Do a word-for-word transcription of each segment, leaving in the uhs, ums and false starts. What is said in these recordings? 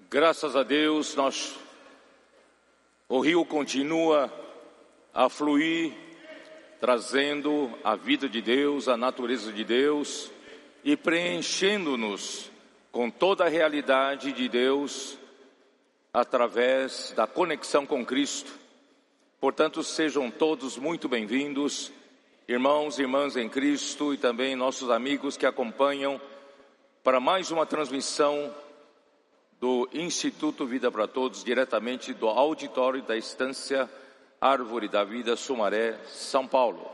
Graças a Deus, nós, o rio continua a fluir, trazendo a vida de Deus, a natureza de Deus e preenchendo-nos com toda a realidade de Deus através da conexão com Cristo. Portanto, sejam todos muito bem-vindos, irmãos e irmãs em Cristo e também nossos amigos que acompanham para mais uma transmissão do Instituto Vida para Todos, diretamente do auditório da Estância Árvore da Vida, Sumaré, São Paulo.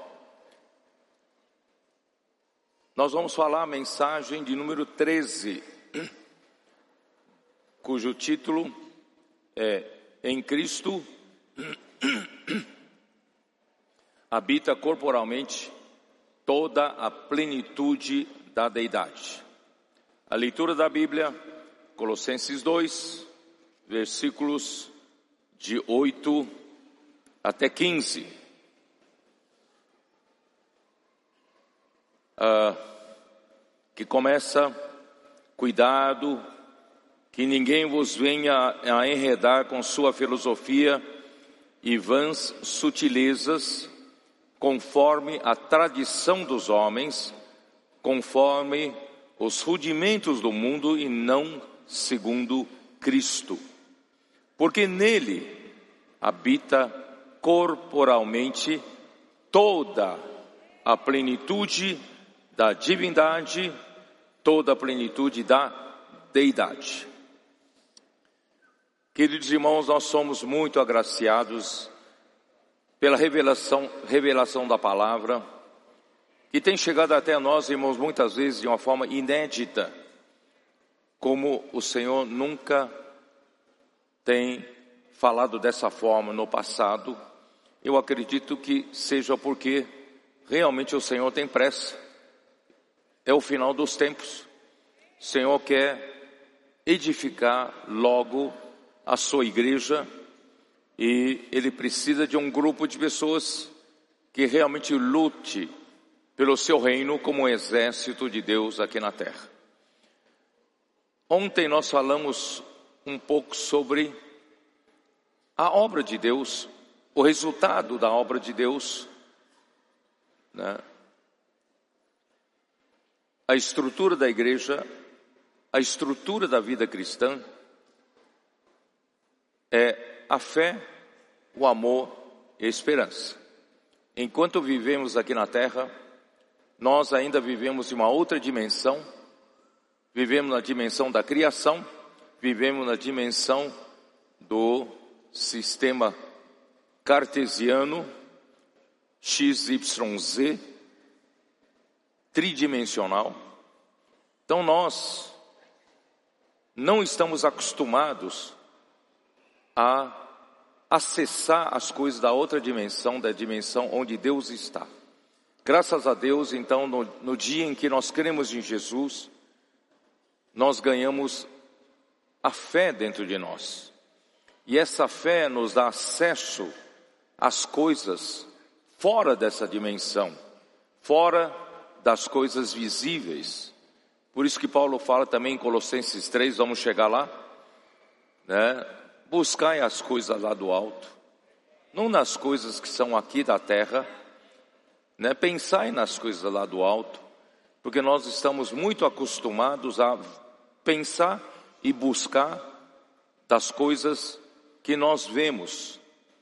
Nós vamos falar a mensagem de número treze, cujo título é Em Cristo habita corporalmente toda a plenitude da deidade. A leitura da Bíblia, Colossenses dois, versículos de oito até quinze. Ah, que começa: cuidado, que ninguém vos venha a enredar com sua filosofia e vãs sutilezas, conforme a tradição dos homens, conforme os rudimentos do mundo e não segundo Cristo. Porque nele habita corporalmente toda a plenitude da divindade, toda a plenitude da deidade. Queridos irmãos, nós somos muito agraciados pela revelação, revelação da palavra, que tem chegado até nós, irmãos, muitas vezes de uma forma inédita, como o Senhor nunca tem falado dessa forma no passado. Eu acredito que seja porque realmente o Senhor tem pressa. É o final dos tempos. O Senhor quer edificar logo a sua igreja e Ele precisa de um grupo de pessoas que realmente lute pelo seu reino como um exército de Deus aqui na terra. Ontem nós falamos um pouco sobre a obra de Deus, o resultado da obra de Deus, né? A estrutura da igreja, a estrutura da vida cristã é a fé, o amor e a esperança. Enquanto vivemos aqui na terra, nós ainda vivemos em uma outra dimensão, vivemos na dimensão da criação, vivemos na dimensão do sistema cartesiano, X Y Z, tridimensional. Então nós não estamos acostumados a acessar as coisas da outra dimensão, da dimensão onde Deus está. Graças a Deus, então, no, no dia em que nós cremos em Jesus, nós ganhamos a fé dentro de nós. E essa fé nos dá acesso às coisas fora dessa dimensão, fora das coisas visíveis. Por isso que Paulo fala também em Colossenses três, vamos chegar lá, né? Buscai as coisas lá do alto, não nas coisas que são aqui da terra, né? Pensai nas coisas lá do alto, porque nós estamos muito acostumados a pensar e buscar das coisas que nós vemos.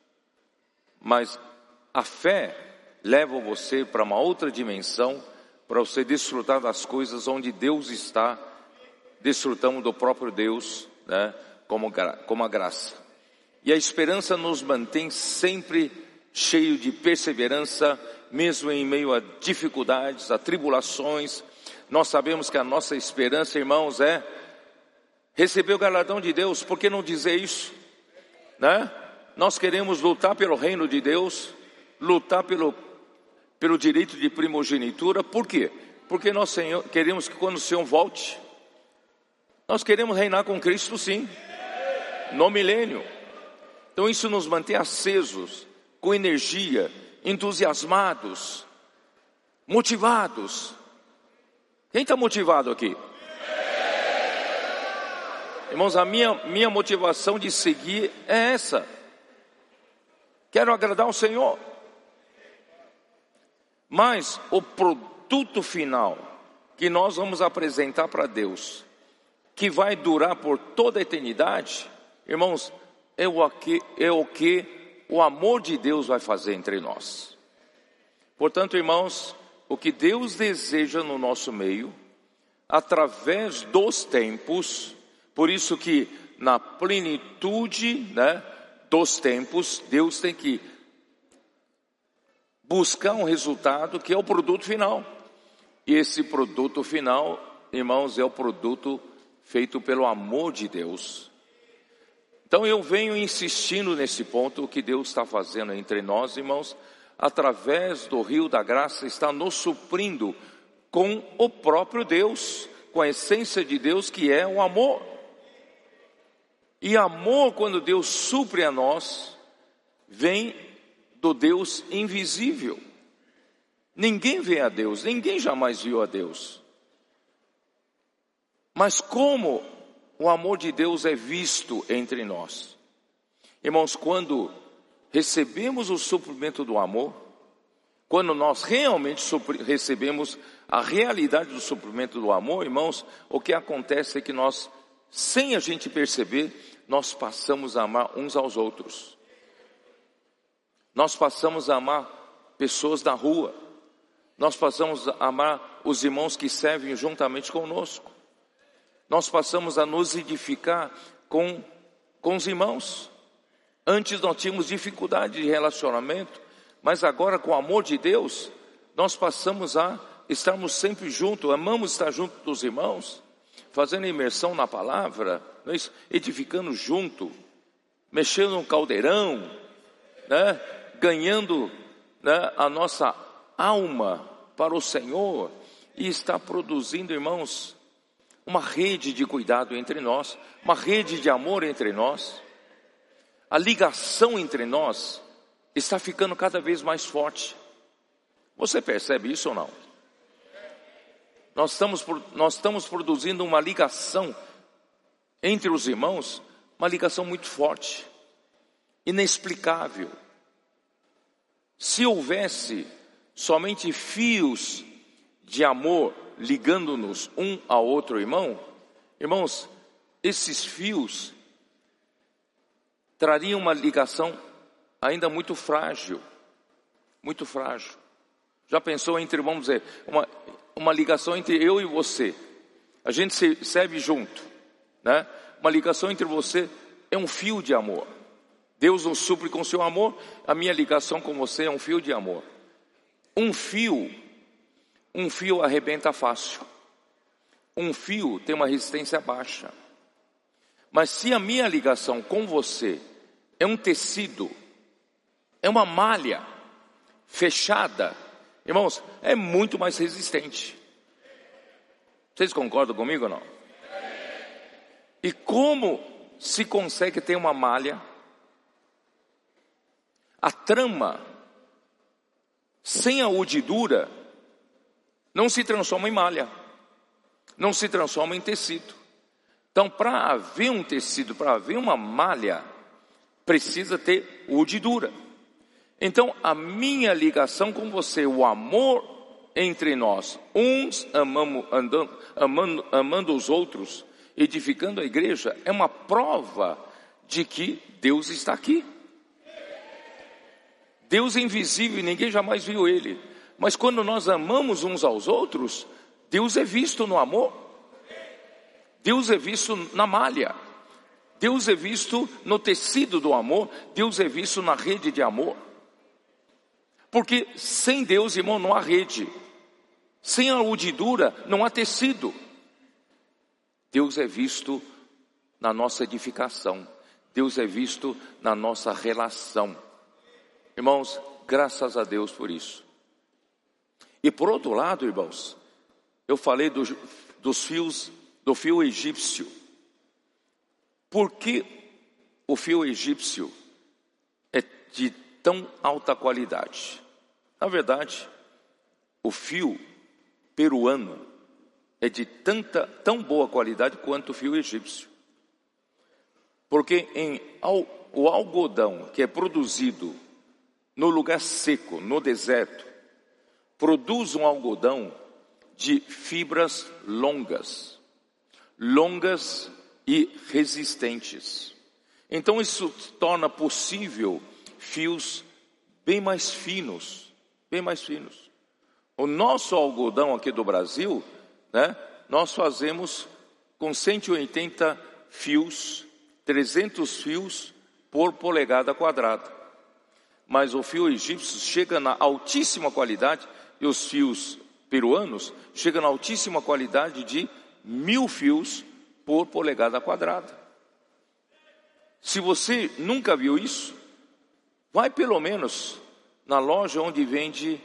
Mas a fé leva você para uma outra dimensão, para você desfrutar das coisas onde Deus está, desfrutando do próprio Deus, né? como, como a graça. E a esperança nos mantém sempre cheio de perseverança, mesmo em meio a dificuldades, a tribulações. Nós sabemos que a nossa esperança, irmãos, é receber o galardão de Deus. Por que não dizer isso? Né? Nós queremos lutar pelo reino de Deus, lutar pelo, pelo direito de primogenitura. Por quê? Porque nós Senhor, queremos que quando o Senhor volte, nós queremos reinar com Cristo, sim, no milênio. Então isso nos mantém acesos, com energia, entusiasmados, motivados. Quem está motivado aqui? Irmãos, a minha, minha motivação de seguir é essa. Quero agradar ao Senhor. Mas o produto final que nós vamos apresentar para Deus, que vai durar por toda a eternidade, irmãos, é o que, é o que o amor de Deus vai fazer entre nós. Portanto, irmãos, o que Deus deseja no nosso meio, através dos tempos, por isso que na plenitude, né, dos tempos, Deus tem que buscar um resultado que é o produto final. E esse produto final, irmãos, é o produto feito pelo amor de Deus. Então eu venho insistindo nesse ponto, o que Deus está fazendo entre nós, irmãos, através do rio da graça, está nos suprindo com o próprio Deus, com a essência de Deus, que é o amor. E amor, quando Deus supre a nós, vem do Deus invisível. Ninguém vê a Deus, ninguém jamais viu a Deus. Mas como o amor de Deus é visto entre nós? Irmãos, quando recebemos o suprimento do amor, quando nós realmente recebemos a realidade do suprimento do amor, irmãos, o que acontece é que nós, sem a gente perceber, nós passamos a amar uns aos outros. Nós passamos a amar pessoas da rua. Nós passamos a amar os irmãos que servem juntamente conosco. Nós passamos a nos edificar com, com os irmãos. Antes nós tínhamos dificuldade de relacionamento, mas agora com o amor de Deus, nós passamos a estarmos sempre juntos, amamos estar junto dos irmãos, fazendo imersão na palavra, não é isso? Edificando junto, mexendo no caldeirão, né? Ganhando, né, a nossa alma para o Senhor, e está produzindo, irmãos, uma rede de cuidado entre nós, uma rede de amor entre nós. A ligação entre nós está ficando cada vez mais forte. Você percebe isso ou não? Nós estamos, nós estamos produzindo uma ligação entre os irmãos, uma ligação muito forte, inexplicável. Se houvesse somente fios de amor ligando-nos um ao outro irmão, irmãos, esses fios trariam uma ligação ainda muito frágil, muito frágil. Já pensou entre, vamos dizer, uma, uma ligação entre eu e você, a gente se serve junto, né? Uma ligação entre você é um fio de amor. Deus nos supre com seu amor, a minha ligação com você é um fio de amor. Um fio, um fio arrebenta fácil. Um fio tem uma resistência baixa. Mas se a minha ligação com você é um tecido, é uma malha fechada, irmãos, é muito mais resistente. Vocês concordam comigo ou não? E como se consegue ter uma malha? A trama, sem a urdidura, não se transforma em malha, não se transforma em tecido. Então, para haver um tecido, para haver uma malha, precisa ter urdidura. Então, a minha ligação com você, o amor entre nós, uns amamos, andando, amando, amando os outros, edificando a igreja, é uma prova de que Deus está aqui. Deus é invisível e ninguém jamais viu Ele. Mas quando nós amamos uns aos outros, Deus é visto no amor. Deus é visto na malha. Deus é visto no tecido do amor. Deus é visto na rede de amor. Porque sem Deus, irmão, não há rede. Sem a urdidura, não há tecido. Deus é visto na nossa edificação. Deus é visto na nossa relação. Irmãos, graças a Deus por isso. E por outro lado, irmãos, eu falei do, dos fios, do fio egípcio. Por que o fio egípcio é de tão alta qualidade? Na verdade, o fio peruano é de tanta, tão boa qualidade quanto o fio egípcio. Porque em, ao, o algodão que é produzido no lugar seco, no deserto, produz um algodão de fibras longas, longas e resistentes. Então isso torna possível fios bem mais finos, bem mais finos. O nosso algodão aqui do Brasil, né, nós fazemos com cento e oitenta fios, trezentos fios por polegada quadrada. Mas o fio egípcio chega na altíssima qualidade, e os fios peruanos chegam na altíssima qualidade de mil fios por polegada quadrada. Se você nunca viu isso, vai pelo menos na loja onde vende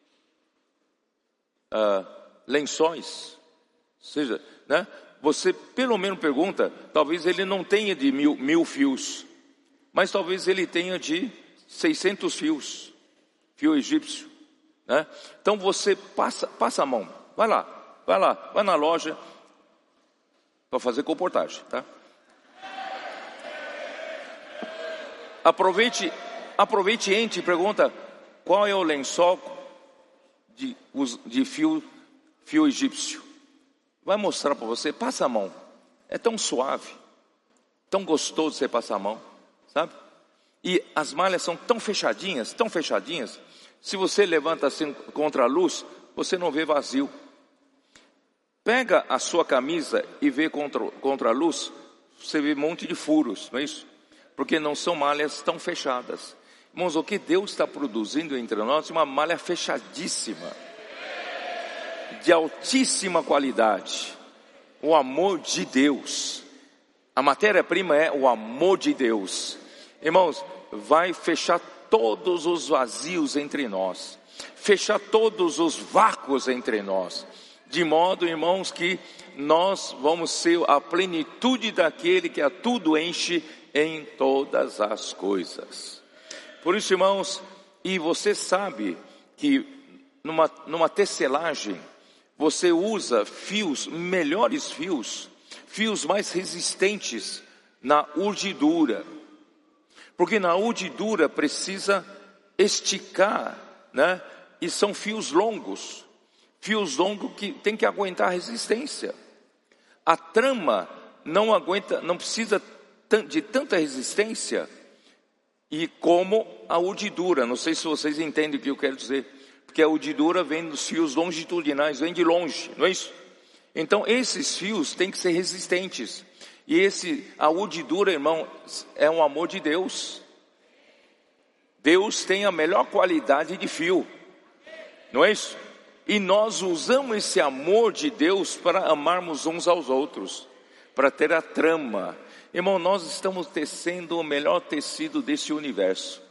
uh, lençóis. Ou seja, né, você pelo menos pergunta, talvez ele não tenha de mil, mil fios, mas talvez ele tenha de seiscentos fios, fio egípcio, né? Então você passa, passa a mão, vai lá, vai lá, vai na loja para fazer comportagem, tá? Aproveite, aproveite, entre e pergunta qual é o lençol de, de fio, fio egípcio. Vai mostrar para você, passa a mão. É tão suave, tão gostoso você passar a mão, sabe? E as malhas são tão fechadinhas, tão fechadinhas. Se você levanta assim contra a luz, você não vê vazio. Pega a sua camisa e vê contra, contra a luz, você vê um monte de furos, não é isso? Porque não são malhas tão fechadas. Irmãos, o que Deus está produzindo entre nós é uma malha fechadíssima, de altíssima qualidade. O amor de Deus. A matéria-prima é o amor de Deus. Irmãos, vai fechar todos os vazios entre nós, fechar todos os vácuos entre nós, de modo, irmãos, que nós vamos ser a plenitude daquele que a tudo enche em todas as coisas. Por isso, irmãos, e você sabe que numa, numa tecelagem, você usa fios, melhores fios, fios mais resistentes na urdidura. Porque na urdidura precisa esticar, né? E são fios longos, fios longos que tem que aguentar a resistência. A trama não aguenta, não precisa de tanta resistência e como a urdidura. Não sei se vocês entendem o que eu quero dizer, porque a urdidura vem dos fios longitudinais, vem de longe, não é isso? Então esses fios têm que ser resistentes. E esse, a urdidura, irmão, é um amor de Deus. Deus tem a melhor qualidade de fio, não é isso? E nós usamos esse amor de Deus para amarmos uns aos outros, para ter a trama. Irmão, nós estamos tecendo o melhor tecido desse universo.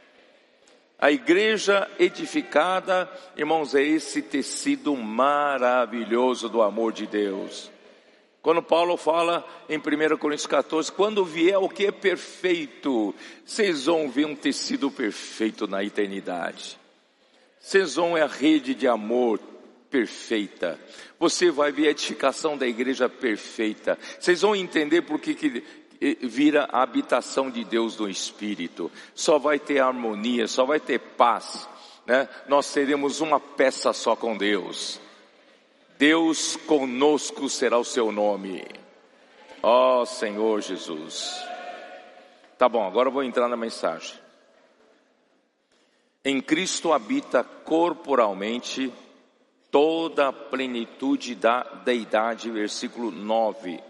A igreja edificada, irmãos, é esse tecido maravilhoso do amor de Deus. Quando Paulo fala em primeira Coríntios quatorze, quando vier o que é perfeito, vocês vão ver um tecido perfeito na eternidade. Vocês vão ver a rede de amor perfeita. Você vai ver a edificação da igreja perfeita. Vocês vão entender por que que vira a habitação de Deus no Espírito. Só vai ter harmonia, só vai ter paz, né? Nós seremos uma peça só com Deus. Deus conosco será o seu nome. Ó Senhor Jesus. Tá bom, agora eu vou entrar na mensagem. Em Cristo habita corporalmente toda a plenitude da deidade, versículo nove.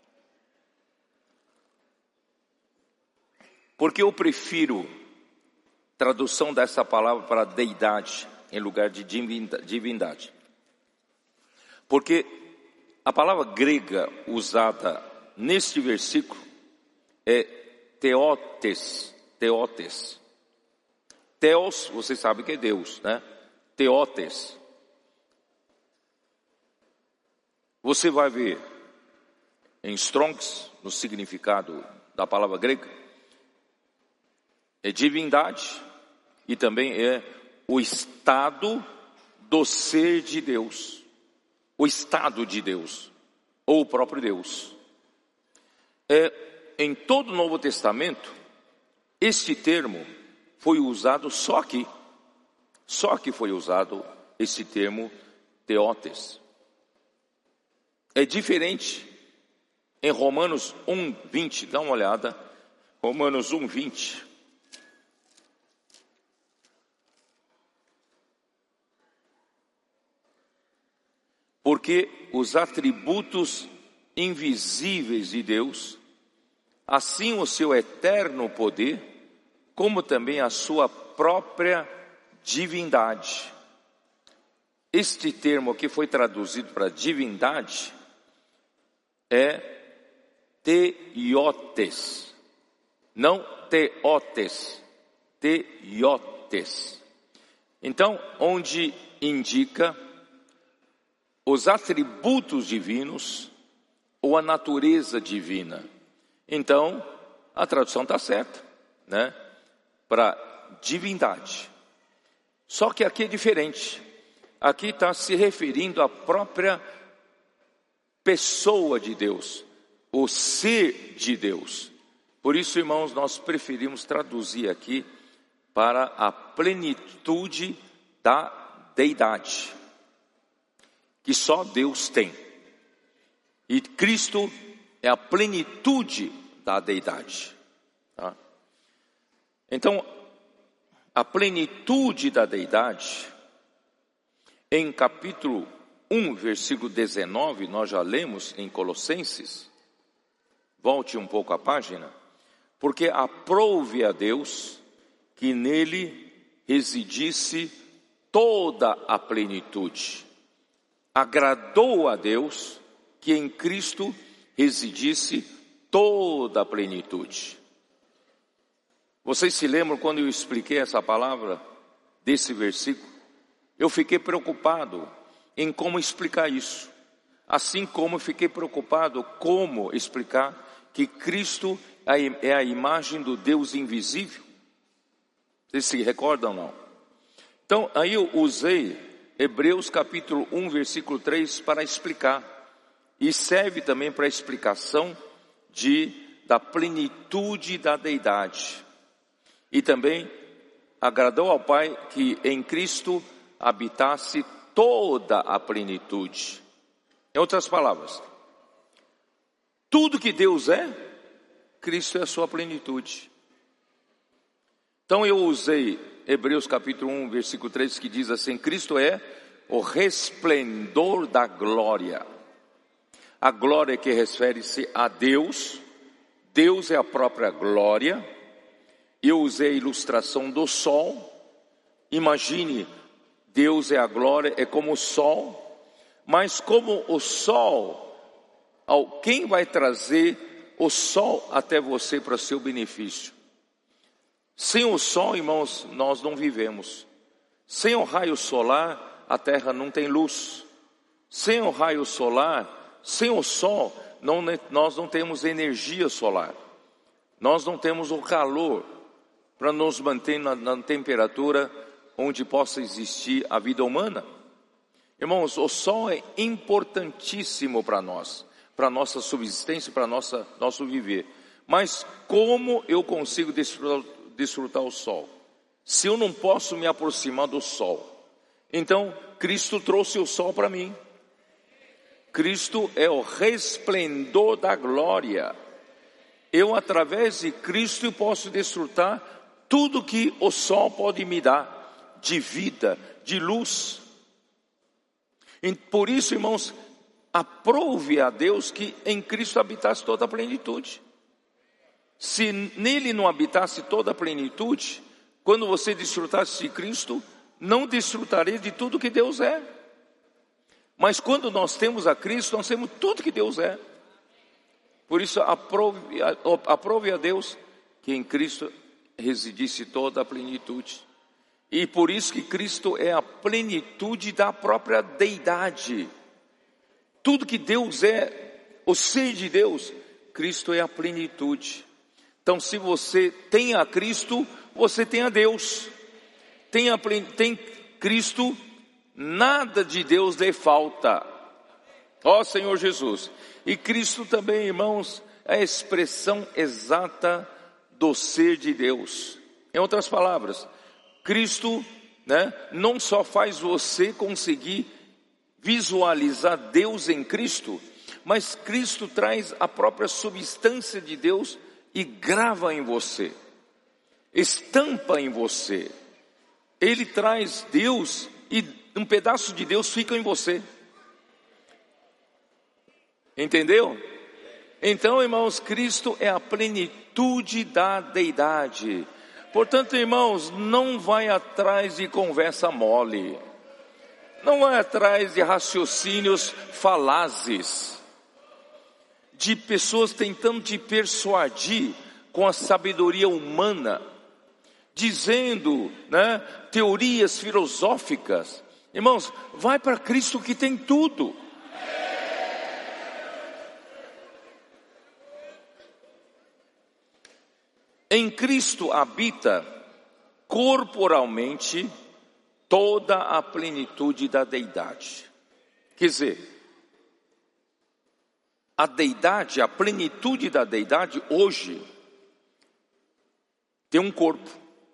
Porque eu prefiro tradução dessa palavra para deidade em lugar de divindade. Porque a palavra grega usada neste versículo é teotes, teotes. Theos, você sabe que é Deus, né? Teotes. Você vai ver em Strong's, no significado da palavra grega, é divindade e também é o estado do ser de Deus. O estado de Deus, ou o próprio Deus. É, em todo o Novo Testamento, este termo foi usado só aqui. Só aqui foi usado esse termo teotes. É diferente em Romanos um, vinte, dá uma olhada. Romanos um, vinte. Porque os atributos invisíveis de Deus, assim o seu eterno poder, como também a sua própria divindade. Este termo que foi traduzido para divindade é teiotes, não teotes, teiotes. Então, onde indica os atributos divinos ou a natureza divina. Então, a tradução está certa, né? Para divindade. Só que aqui é diferente. Aqui está se referindo à própria pessoa de Deus, o ser de Deus. Por isso, irmãos, nós preferimos traduzir aqui para a plenitude da deidade, que só Deus tem. E Cristo é a plenitude da deidade. Tá? Então, a plenitude da deidade, em capítulo um, versículo dezenove, nós já lemos em Colossenses. Volte um pouco a página. Porque aprouve a Deus que nele residisse toda a plenitude. Agradou a Deus que em Cristo residisse toda a plenitude. Vocês se lembram quando eu expliquei essa palavra desse versículo? Eu fiquei preocupado em como explicar isso. Assim como fiquei preocupado como explicar que Cristo é a imagem do Deus invisível. Vocês se recordam ou não? Então, aí eu usei Hebreus capítulo um, versículo três para explicar. E serve também para a explicação de, da plenitude da deidade. E também agradou ao Pai que em Cristo habitasse toda a plenitude. Em outras palavras, tudo que Deus é, Cristo é a sua plenitude. Então eu usei Hebreus capítulo um, versículo três, que diz assim: Cristo é o resplendor da glória. A glória que refere-se a Deus. Deus é a própria glória. Eu usei a ilustração do sol. Imagine, Deus é a glória, é como o sol. Mas como o sol, quem vai trazer o sol até você para seu benefício? Sem o sol, irmãos, nós não vivemos. Sem o raio solar, a terra não tem luz. Sem o raio solar, sem o sol, não, nós não temos energia solar. Nós não temos o calor para nos manter na, na temperatura onde possa existir a vida humana. Irmãos, o sol é importantíssimo para nós, para nossa subsistência, para nossa nosso viver. Mas como eu consigo desfrutar, desfrutar o sol? Se eu não posso me aproximar do sol. Então, Cristo trouxe o sol para mim. Cristo é o resplendor da glória. Eu, através de Cristo, posso desfrutar tudo que o sol pode me dar, de vida, de luz. E por isso, irmãos, aprove a Deus que em Cristo habitasse toda a plenitude. Se nele não habitasse toda a plenitude, quando você desfrutasse de Cristo, não desfrutaria de tudo que Deus é. Mas quando nós temos a Cristo, nós temos tudo que Deus é. Por isso, aprove, aprove a Deus que em Cristo residisse toda a plenitude. E por isso que Cristo é a plenitude da própria deidade. Tudo que Deus é, o ser de Deus, Cristo é a plenitude. Então, se você tem a Cristo, você tem a Deus. Tem, a, tem Cristo, nada de Deus lhe falta. Ó Senhor Jesus. E Cristo também, irmãos, é a expressão exata do ser de Deus. Em outras palavras, Cristo, né, não só faz você conseguir visualizar Deus em Cristo, mas Cristo traz a própria substância de Deus e grava em você, estampa em você. Ele traz Deus e um pedaço de Deus fica em você. Entendeu? Então, irmãos, Cristo é a plenitude da deidade. Portanto, irmãos, não vai atrás de conversa mole. Não vai atrás de raciocínios falazes, de pessoas tentando te persuadir com a sabedoria humana, dizendo, né, teorias filosóficas. Irmãos, vai para Cristo que tem tudo. Em Cristo habita corporalmente toda a plenitude da deidade. Quer dizer, a deidade, a plenitude da deidade hoje tem um corpo.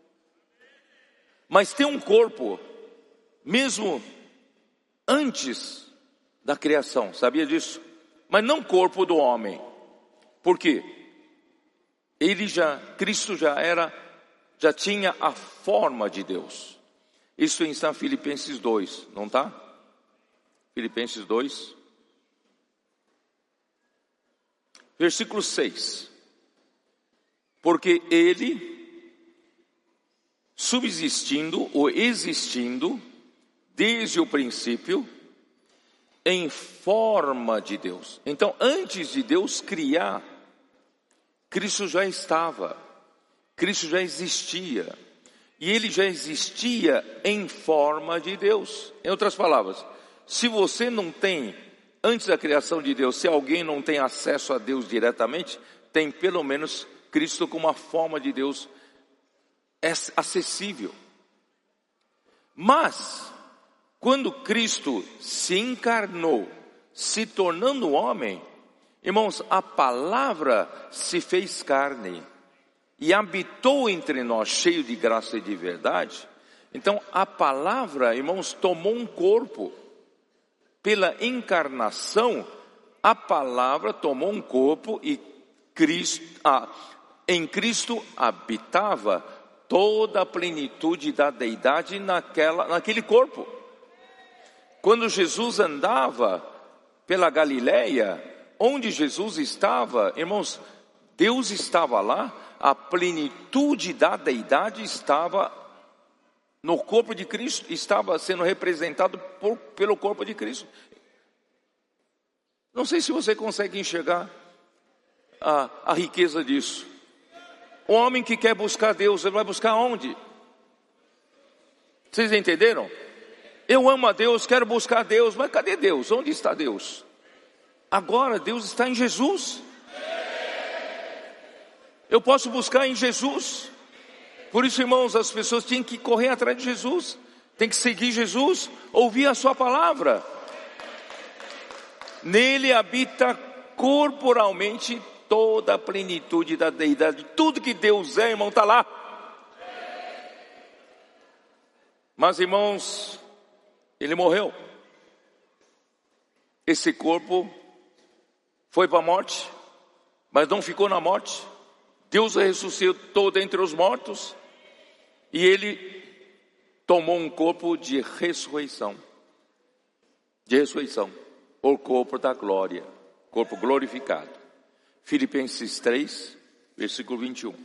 Mas tem um corpo mesmo antes da criação, sabia disso? Mas não corpo do homem. Por quê? Ele já, Cristo já era, já tinha a forma de Deus. Isso está em Filipenses dois, não está? Filipenses dois, versículo seis. Porque ele, subsistindo ou existindo, desde o princípio, em forma de Deus. Então, antes de Deus criar, Cristo já estava, Cristo já existia, e Ele já existia em forma de Deus. Em outras palavras, se você não tem, antes da criação de Deus, se alguém não tem acesso a Deus diretamente, tem pelo menos Cristo como uma forma de Deus acessível. Mas, quando Cristo se encarnou, se tornando homem, irmãos, a palavra se fez carne e habitou entre nós, cheio de graça e de verdade. Então, a palavra, irmãos, tomou um corpo. Pela encarnação, a palavra tomou um corpo e Cristo, ah, em Cristo habitava toda a plenitude da deidade naquela, naquele corpo. Quando Jesus andava pela Galileia, onde Jesus estava, irmãos, Deus estava lá, a plenitude da deidade estava no corpo de Cristo, estava sendo representado por, pelo corpo de Cristo. Não sei se você consegue enxergar a, a riqueza disso. O homem que quer buscar Deus, ele vai buscar onde? Vocês entenderam? Eu amo a Deus, quero buscar Deus, mas cadê Deus? Onde está Deus? Agora Deus está em Jesus. Eu posso buscar em Jesus. Por isso, irmãos, as pessoas têm que correr atrás de Jesus, têm que seguir Jesus, ouvir a sua palavra. Nele habita corporalmente toda a plenitude da deidade. Tudo que Deus é, irmão, está lá. Mas, irmãos, ele morreu. Esse corpo foi para a morte, mas não ficou na morte. Deus ressuscitou dentre os mortos e ele tomou um corpo de ressurreição. De ressurreição. O corpo da glória. Corpo glorificado. Filipenses três, versículo vinte e um.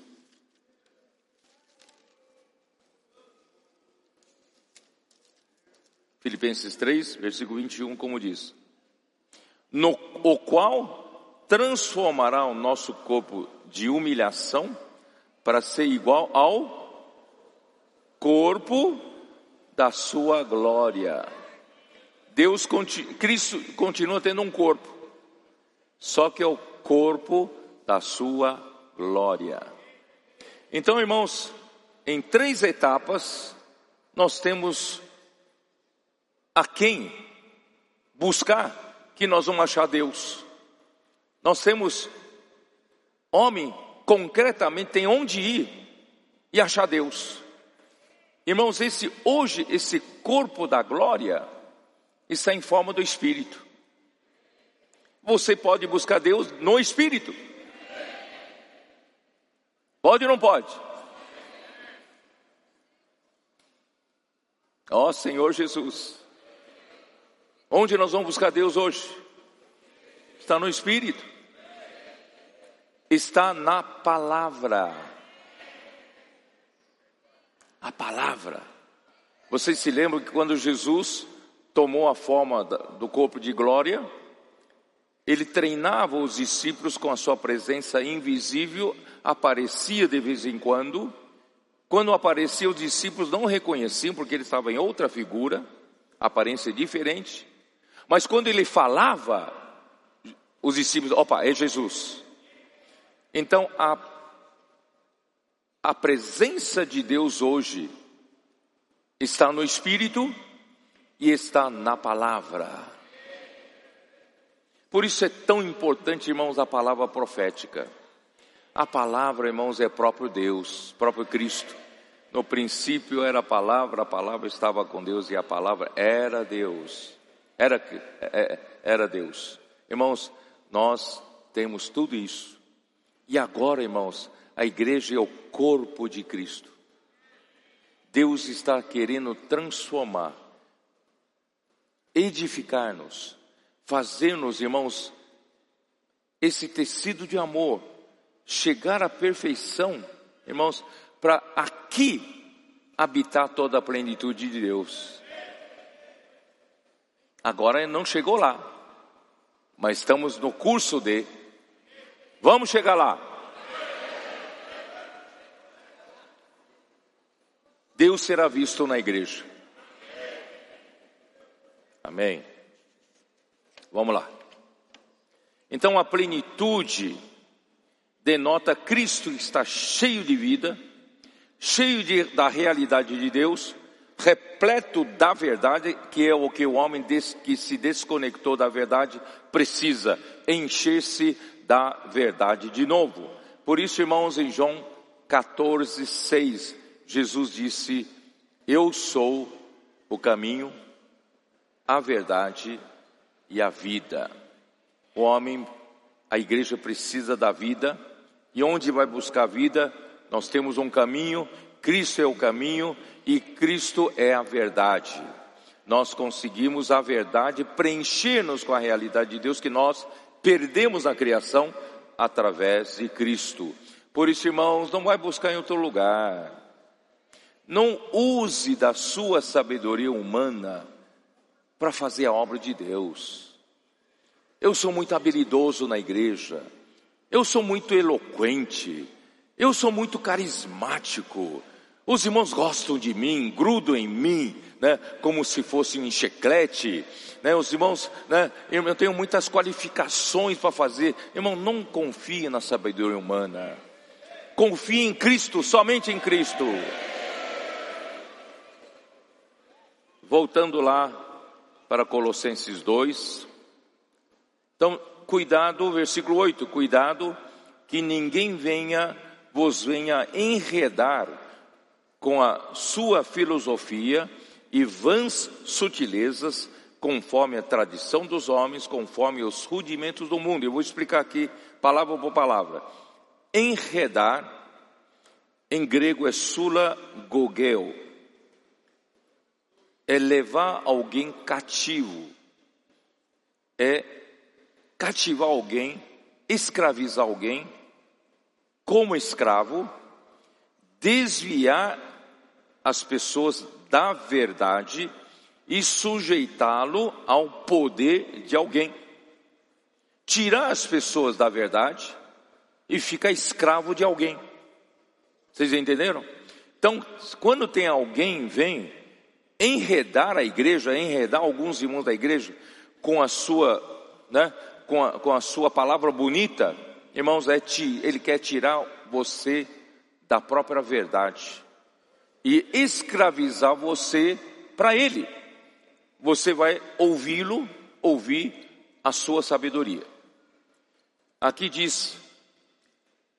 Filipenses três, versículo vinte e um, como diz: no o qual transformará o nosso corpo de humilhação para ser igual ao corpo da sua glória. Deus, Cristo continua tendo um corpo, só que é o corpo da sua glória. Então, irmãos, em três etapas, nós temos a quem buscar que nós vamos achar Deus. Nós temos homem concretamente tem onde ir e achar Deus. Irmãos, esse, hoje esse corpo da glória está em forma do Espírito. Você pode buscar Deus no Espírito. Pode ou não pode? Ó oh, Senhor Jesus, onde nós vamos buscar Deus hoje? Está no Espírito. Está na palavra. A palavra. Vocês se lembram que quando Jesus tomou a forma do corpo de glória, ele treinava os discípulos com a sua presença invisível, aparecia de vez em quando. Quando aparecia, os discípulos não reconheciam, porque ele estava em outra figura, aparência diferente. Mas quando ele falava, os discípulos, opa, é Jesus. Então, a, a presença de Deus hoje está no Espírito e está na palavra. Por isso é tão importante, irmãos, a palavra profética. A palavra, irmãos, é próprio Deus, próprio Cristo. No princípio era a palavra, a palavra estava com Deus e a palavra era Deus. Era, era Deus. Irmãos, nós temos tudo isso. E agora, irmãos, a igreja é o corpo de Cristo. Deus está querendo transformar, edificar-nos, fazer-nos, irmãos, esse tecido de amor, chegar à perfeição, irmãos, para aqui habitar toda a plenitude de Deus. Agora não chegou lá, mas estamos no curso de, vamos chegar lá. Deus será visto na igreja. Amém. Vamos lá. Então a plenitude denota Cristo está cheio de vida, cheio de, da realidade de Deus, repleto da verdade, que é o que o homem des, que se desconectou da verdade precisa, encher-se da verdade de novo. Por isso, irmãos, em João quatorze, seis, Jesus disse, eu sou o caminho, a verdade e a vida. O homem, a igreja precisa da vida, e onde vai buscar a vida? Nós temos um caminho, Cristo é o caminho e Cristo é a verdade. Nós conseguimos a verdade preencher-nos com a realidade de Deus que nós perdemos na criação através de Cristo. Por isso, irmãos, não vai buscar em outro lugar. Não use da sua sabedoria humana para fazer a obra de Deus. Eu sou muito habilidoso na igreja. Eu sou muito eloquente. Eu sou muito carismático. Os irmãos gostam de mim, grudam em mim, né, como se fosse um chiclete. Né, os irmãos, né, eu tenho muitas qualificações para fazer. Irmão, não confie na sabedoria humana. Confie em Cristo, somente em Cristo. Voltando lá para Colossenses dois. Então, cuidado, versículo oito, cuidado que ninguém venha, vos venha enredar com a sua filosofia e vãs sutilezas, conforme a tradição dos homens, conforme os rudimentos do mundo. Eu vou explicar aqui, palavra por palavra. Enredar, em grego é sulagogeo, é levar alguém cativo, é cativar alguém, escravizar alguém, como escravo, desviar as pessoas da verdade e sujeitá-lo ao poder de alguém. Tirar as pessoas da verdade e ficar escravo de alguém. Vocês entenderam? Então, quando tem alguém vem enredar a igreja, enredar alguns irmãos da igreja com a sua, né, com a, com a sua palavra bonita, irmãos, é ti, ele quer tirar você da própria verdade e escravizar você para ele. Você vai ouvi-lo, ouvir a sua sabedoria. Aqui diz,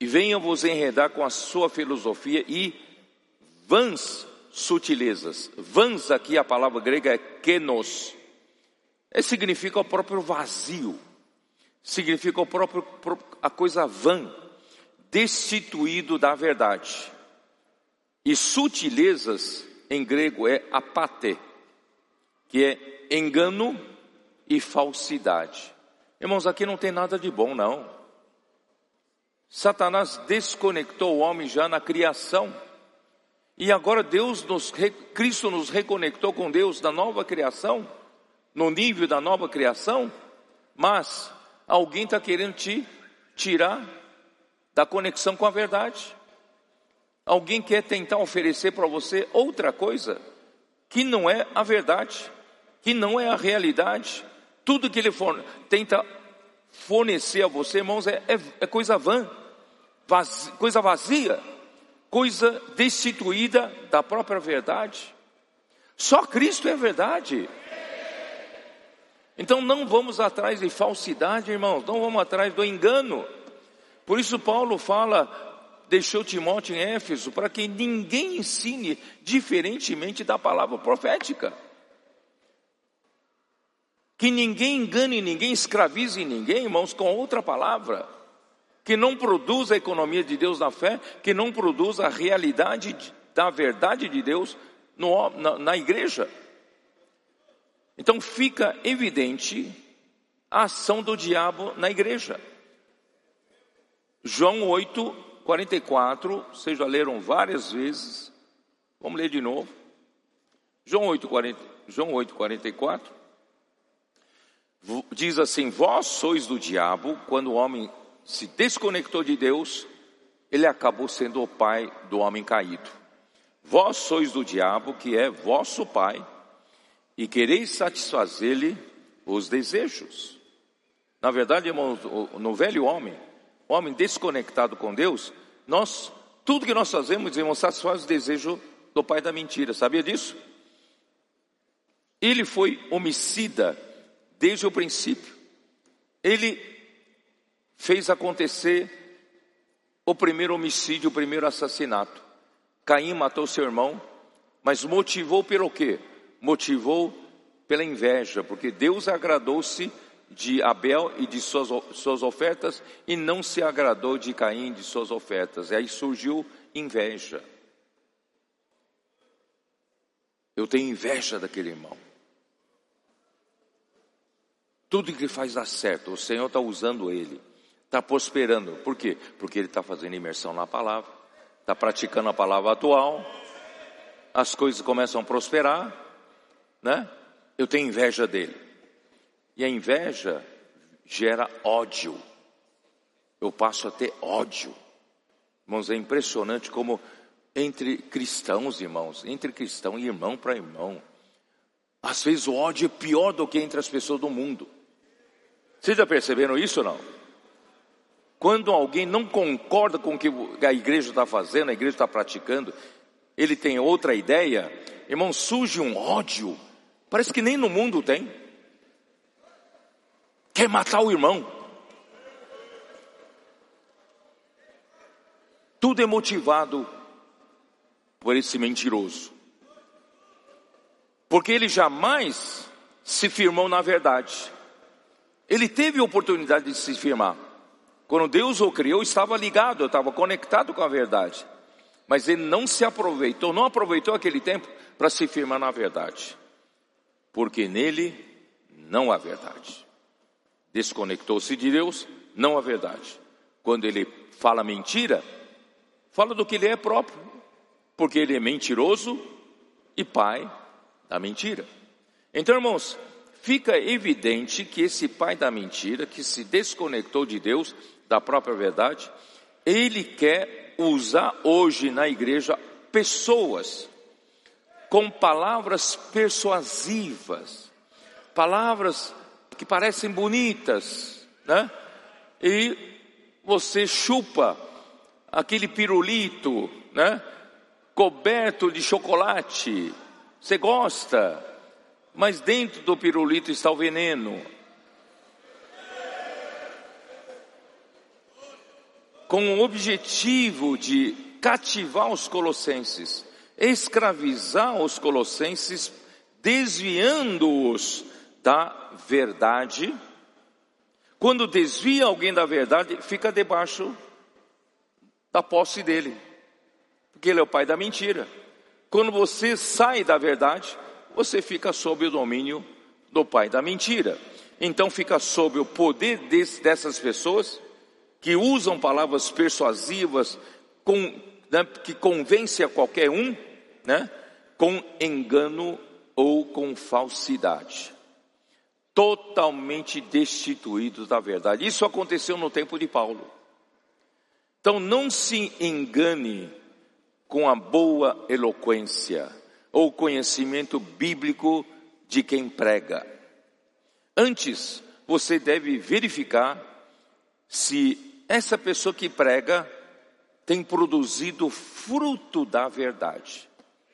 e venha vos enredar com a sua filosofia e vãs sutilezas. Vãs aqui, a palavra grega é kenos. É, significa o próprio vazio. Significa o próprio, a coisa vã, destituído da verdade. E sutilezas em grego é apate, que é engano e falsidade. Irmãos, aqui não tem nada de bom, não. Satanás desconectou o homem já na criação. E agora Deus nos, Cristo nos reconectou com Deus na nova criação, no nível da nova criação. Mas alguém está querendo te tirar da conexão com a verdade. Alguém quer tentar oferecer para você outra coisa que não é a verdade, que não é a realidade. Tudo que ele for, tenta fornecer a você, irmãos, é, é, é coisa vã, vazia, coisa vazia, coisa destituída da própria verdade. Só Cristo é verdade. Então não vamos atrás de falsidade, irmãos, não vamos atrás do engano. Por isso Paulo fala, deixou Timóteo em Éfeso, para que ninguém ensine diferentemente da palavra profética. Que ninguém engane ninguém, escravize ninguém, irmãos, com outra palavra. Que não produza a economia de Deus na fé, que não produza a realidade da verdade de Deus no, na, na igreja. Então fica evidente a ação do diabo na igreja. João oito, quarenta e quatro, vocês já leram várias vezes, vamos ler de novo. João oito, quarenta, João oito, quarenta e quatro, diz assim: vós sois do diabo. Quando o homem se desconectou de Deus, ele acabou sendo o pai do homem caído. Vós sois do diabo, que é vosso pai, e quereis satisfazer-lhe os desejos. Na verdade, irmãos, no velho homem, o homem desconectado com Deus, nós, tudo que nós fazemos, irmãos, satisfaz o desejo do pai da mentira. Sabia disso? Ele foi homicida desde o princípio. Ele fez acontecer o primeiro homicídio, o primeiro assassinato. Caim matou seu irmão, mas motivou pelo quê? Motivou pela inveja, porque Deus agradou-se de Abel e de suas, suas ofertas, e não se agradou de Caim e de suas ofertas. E aí surgiu inveja. Eu tenho inveja daquele irmão. Tudo que ele faz dá certo, o Senhor está usando ele, está prosperando. Por quê? Porque ele está fazendo imersão na palavra, está praticando a palavra atual, as coisas começam a prosperar, né? Eu tenho inveja dele. E a inveja gera ódio. Eu passo a ter ódio. Irmãos, é impressionante como entre cristãos, irmãos, entre cristão e irmão para irmão, às vezes o ódio é pior do que entre as pessoas do mundo. Vocês já perceberam isso ou não? Quando alguém não concorda com o que a igreja está fazendo, a igreja está praticando, ele tem outra ideia, irmão, surge um ódio, parece que nem no mundo tem. Quer matar o irmão. Tudo é motivado por esse mentiroso. Porque ele jamais se firmou na verdade. Ele teve a oportunidade de se firmar. Quando Deus o criou, estava ligado, estava conectado com a verdade. Mas ele não se aproveitou, não aproveitou aquele tempo para se firmar na verdade. Porque nele não há verdade. Desconectou-se de Deus, não há verdade. Quando ele fala mentira, fala do que ele é próprio. Porque ele é mentiroso e pai da mentira. Então, irmãos, fica evidente que esse pai da mentira, que se desconectou de Deus, da própria verdade, ele quer usar hoje na igreja pessoas com palavras persuasivas, palavras que parecem bonitas, né? E você chupa aquele pirulito, né? Coberto de chocolate, você gosta, mas dentro do pirulito está o veneno. com o objetivo de cativar os colossenses, escravizar os colossenses, desviando-os da verdade. Quando desvia alguém da verdade, fica debaixo da posse dele, porque ele é o pai da mentira. Quando você sai da verdade, você fica sob o domínio do pai da mentira. Então fica sob o poder desse, dessas pessoas que usam palavras persuasivas, com, né, que convence a qualquer um, né, com engano ou com falsidade. Totalmente destituídos da verdade. Isso aconteceu no tempo de Paulo. Então não se engane com a boa eloquência ou conhecimento bíblico de quem prega. Antes, você deve verificar se essa pessoa que prega tem produzido fruto da verdade.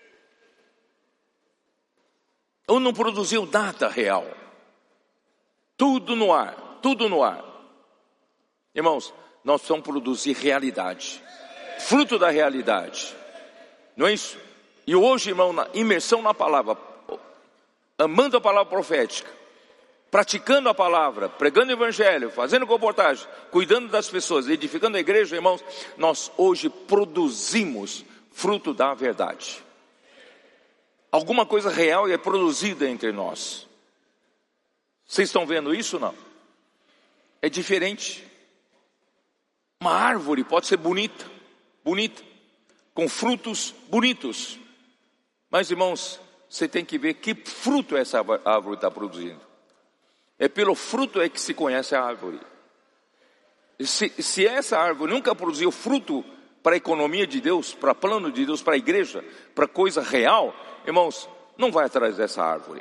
Ou não produziu nada real. Tudo no ar, tudo no ar. Irmãos, nós precisamos produzir realidade. Fruto da realidade. Não é isso? E hoje, irmão, na imersão na palavra, amando a palavra profética, praticando a palavra, pregando o evangelho, fazendo comportagem, cuidando das pessoas, edificando a igreja, irmãos, nós hoje produzimos fruto da verdade. Alguma coisa real é produzida entre nós. Vocês estão vendo isso ou não? É diferente. Uma árvore pode ser bonita, bonita, com frutos bonitos. Mas, irmãos, você tem que ver que fruto essa árvore está produzindo. É pelo fruto é que se conhece a árvore. Se, se essa árvore nunca produziu fruto para a economia de Deus, para plano de Deus, para a igreja, para coisa real, irmãos, não vai atrás dessa árvore.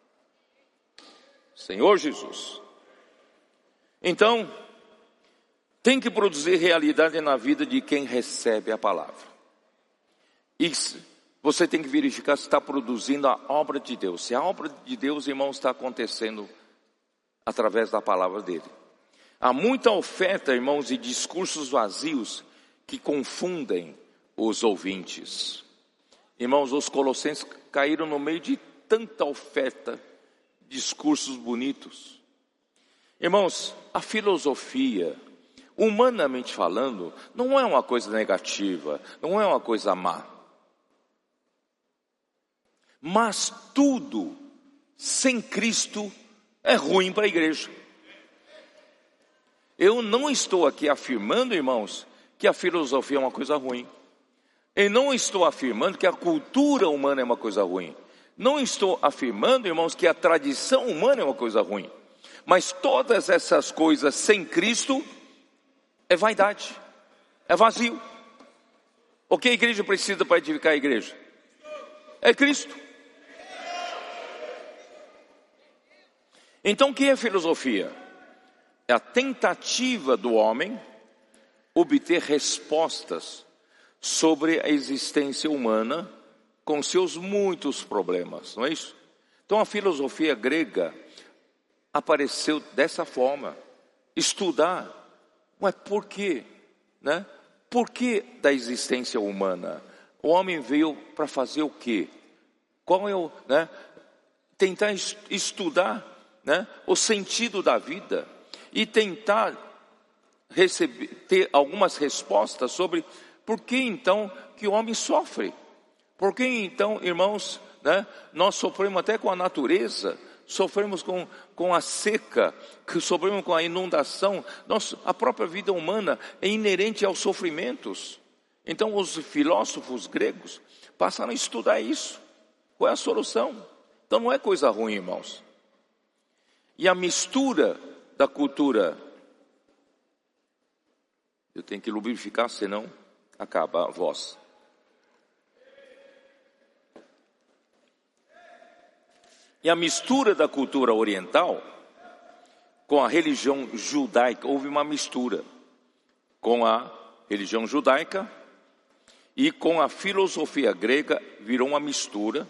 Senhor Jesus. Então, tem que produzir realidade na vida de quem recebe a palavra. E você tem que verificar se está produzindo a obra de Deus. Se a obra de Deus, irmãos, está acontecendo através da palavra dele. Há muita oferta, irmãos, e discursos vazios que confundem os ouvintes. Irmãos, os colossenses caíram no meio de tanta oferta, discursos bonitos. Irmãos, a filosofia, humanamente falando, não é uma coisa negativa, não é uma coisa má. Mas tudo sem Cristo é ruim para a igreja. Eu não estou aqui afirmando, irmãos, que a filosofia é uma coisa ruim. Eu não estou afirmando que a cultura humana é uma coisa ruim. Não estou afirmando, irmãos, que a tradição humana é uma coisa ruim. Mas todas essas coisas sem Cristo é vaidade, é vazio. O que a igreja precisa para edificar a igreja? É Cristo. Então o que é filosofia? É a tentativa do homem obter respostas sobre a existência humana com seus muitos problemas, não é isso? Então a filosofia grega apareceu dessa forma. Estudar, mas por quê? Né? Por que da existência humana? O homem veio para fazer o quê? Qual é o, né? Tentar estudar, né, o sentido da vida e tentar receber, ter algumas respostas sobre por que então que o homem sofre. Por que então, irmãos, né, nós sofremos até com a natureza, sofremos com, com a seca, que sofremos com a inundação. Nós, a própria vida humana é inerente aos sofrimentos. Então os filósofos gregos passaram a estudar isso. Qual é a solução? Então não é coisa ruim, irmãos. E a mistura da cultura, eu tenho que lubrificar, senão acaba a voz. E a mistura da cultura oriental com a religião judaica, houve uma mistura com a religião judaica e com a filosofia grega, virou uma mistura.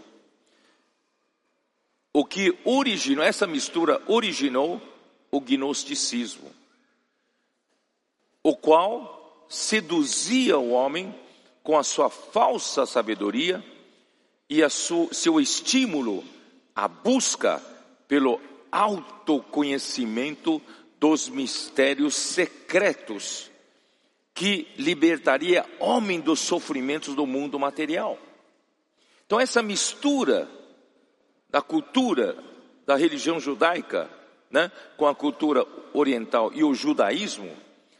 O que originou, essa mistura originou o gnosticismo, o qual seduzia o homem com a sua falsa sabedoria e a su, seu estímulo à busca pelo autoconhecimento dos mistérios secretos que libertaria homem dos sofrimentos do mundo material. Então essa mistura da cultura da religião judaica, né, com a cultura oriental e o judaísmo,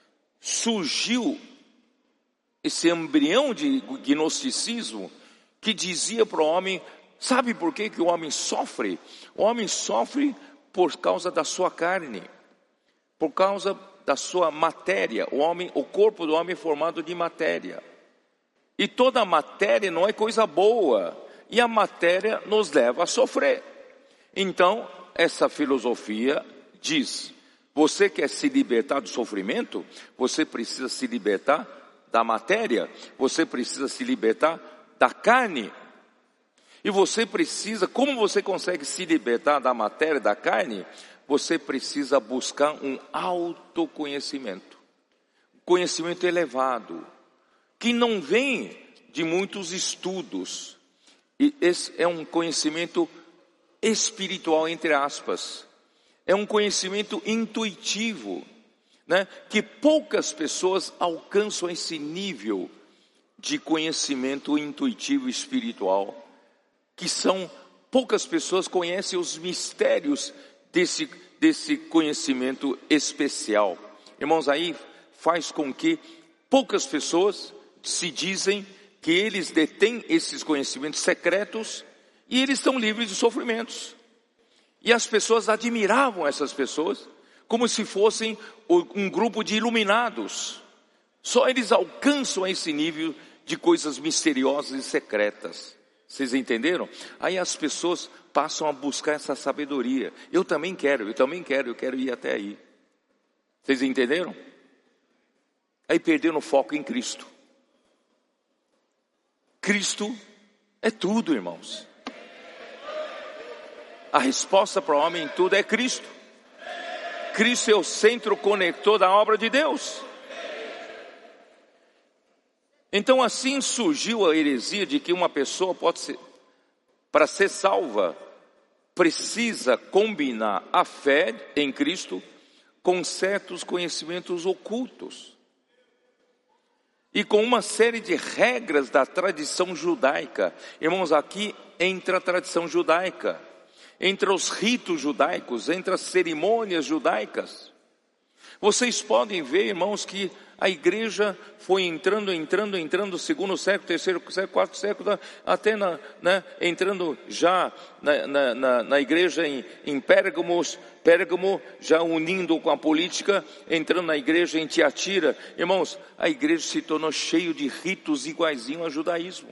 surgiu esse embrião de gnosticismo que dizia para o homem, sabe por que, que o homem sofre? O homem sofre por causa da sua carne, por causa da sua matéria. O homem, o corpo do homem é formado de matéria. E toda a matéria não é coisa boa. E a matéria nos leva a sofrer. Então, essa filosofia diz, você quer se libertar do sofrimento? Você precisa se libertar da matéria. Você precisa se libertar da carne. E você precisa, como você consegue se libertar da matéria, da carne? Você precisa buscar um autoconhecimento. Conhecimento elevado. Que não vem de muitos estudos. E esse é um conhecimento espiritual, entre aspas. É um conhecimento intuitivo, né? Que poucas pessoas alcançam esse nível de conhecimento intuitivo espiritual. Que são, poucas pessoas conhecem os mistérios desse, desse conhecimento especial. Irmãos, aí faz com que poucas pessoas se dizem que eles detêm esses conhecimentos secretos e eles estão livres de sofrimentos. E as pessoas admiravam essas pessoas como se fossem um grupo de iluminados. Só eles alcançam esse nível de coisas misteriosas e secretas. Vocês entenderam? Aí as pessoas passam a buscar essa sabedoria. Eu também quero, eu também quero, eu quero ir até aí. Vocês entenderam? Aí perderam o foco em Cristo. Cristo é tudo, irmãos. A resposta para o homem em tudo é Cristo. Cristo é o centro conector da obra de Deus. Então assim surgiu a heresia de que uma pessoa pode ser, para ser salva, precisa combinar a fé em Cristo com certos conhecimentos ocultos. E com uma série de regras da tradição judaica. Irmãos, aqui entra a tradição judaica, entra os ritos judaicos, entra as cerimônias judaicas. Vocês podem ver, irmãos, que a igreja foi entrando, entrando, entrando, segundo século, terceiro século, quarto século, até na, né, entrando já na, na, na, na igreja em, em Pérgamos, Pérgamo, já unindo com a política, entrando na igreja em Tiatira. Irmãos, a igreja se tornou cheio de ritos iguaizinho ao judaísmo.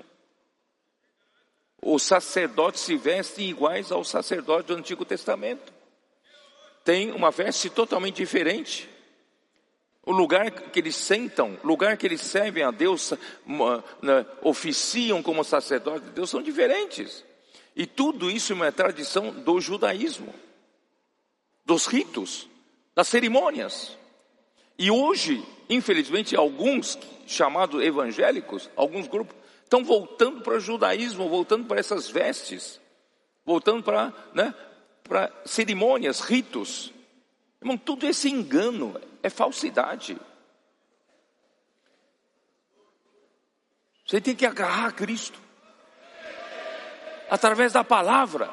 Os sacerdotes se vestem iguais aos sacerdotes do Antigo Testamento. Tem uma veste totalmente diferente. O lugar que eles sentam, o lugar que eles servem a Deus, oficiam como sacerdotes de Deus, são diferentes. E tudo isso é uma tradição do judaísmo, dos ritos, das cerimônias. E hoje, infelizmente, alguns chamados evangélicos, alguns grupos, estão voltando para o judaísmo, voltando para essas vestes, voltando para, né, para cerimônias, ritos. Irmão, tudo esse engano é falsidade. Você tem que agarrar a Cristo através da palavra.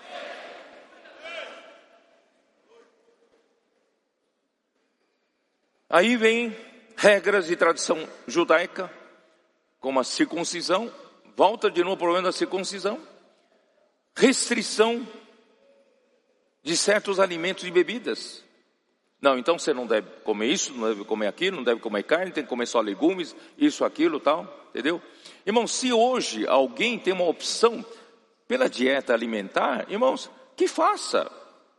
Aí vem regras de tradição judaica, como a circuncisão. Volta de novo o problema da circuncisão. Restrição de certos alimentos e bebidas. Não, então você não deve comer isso, não deve comer aquilo, não deve comer carne, tem que comer só legumes, isso, aquilo, tal, entendeu? Irmãos, se hoje alguém tem uma opção pela dieta alimentar, irmãos, que faça.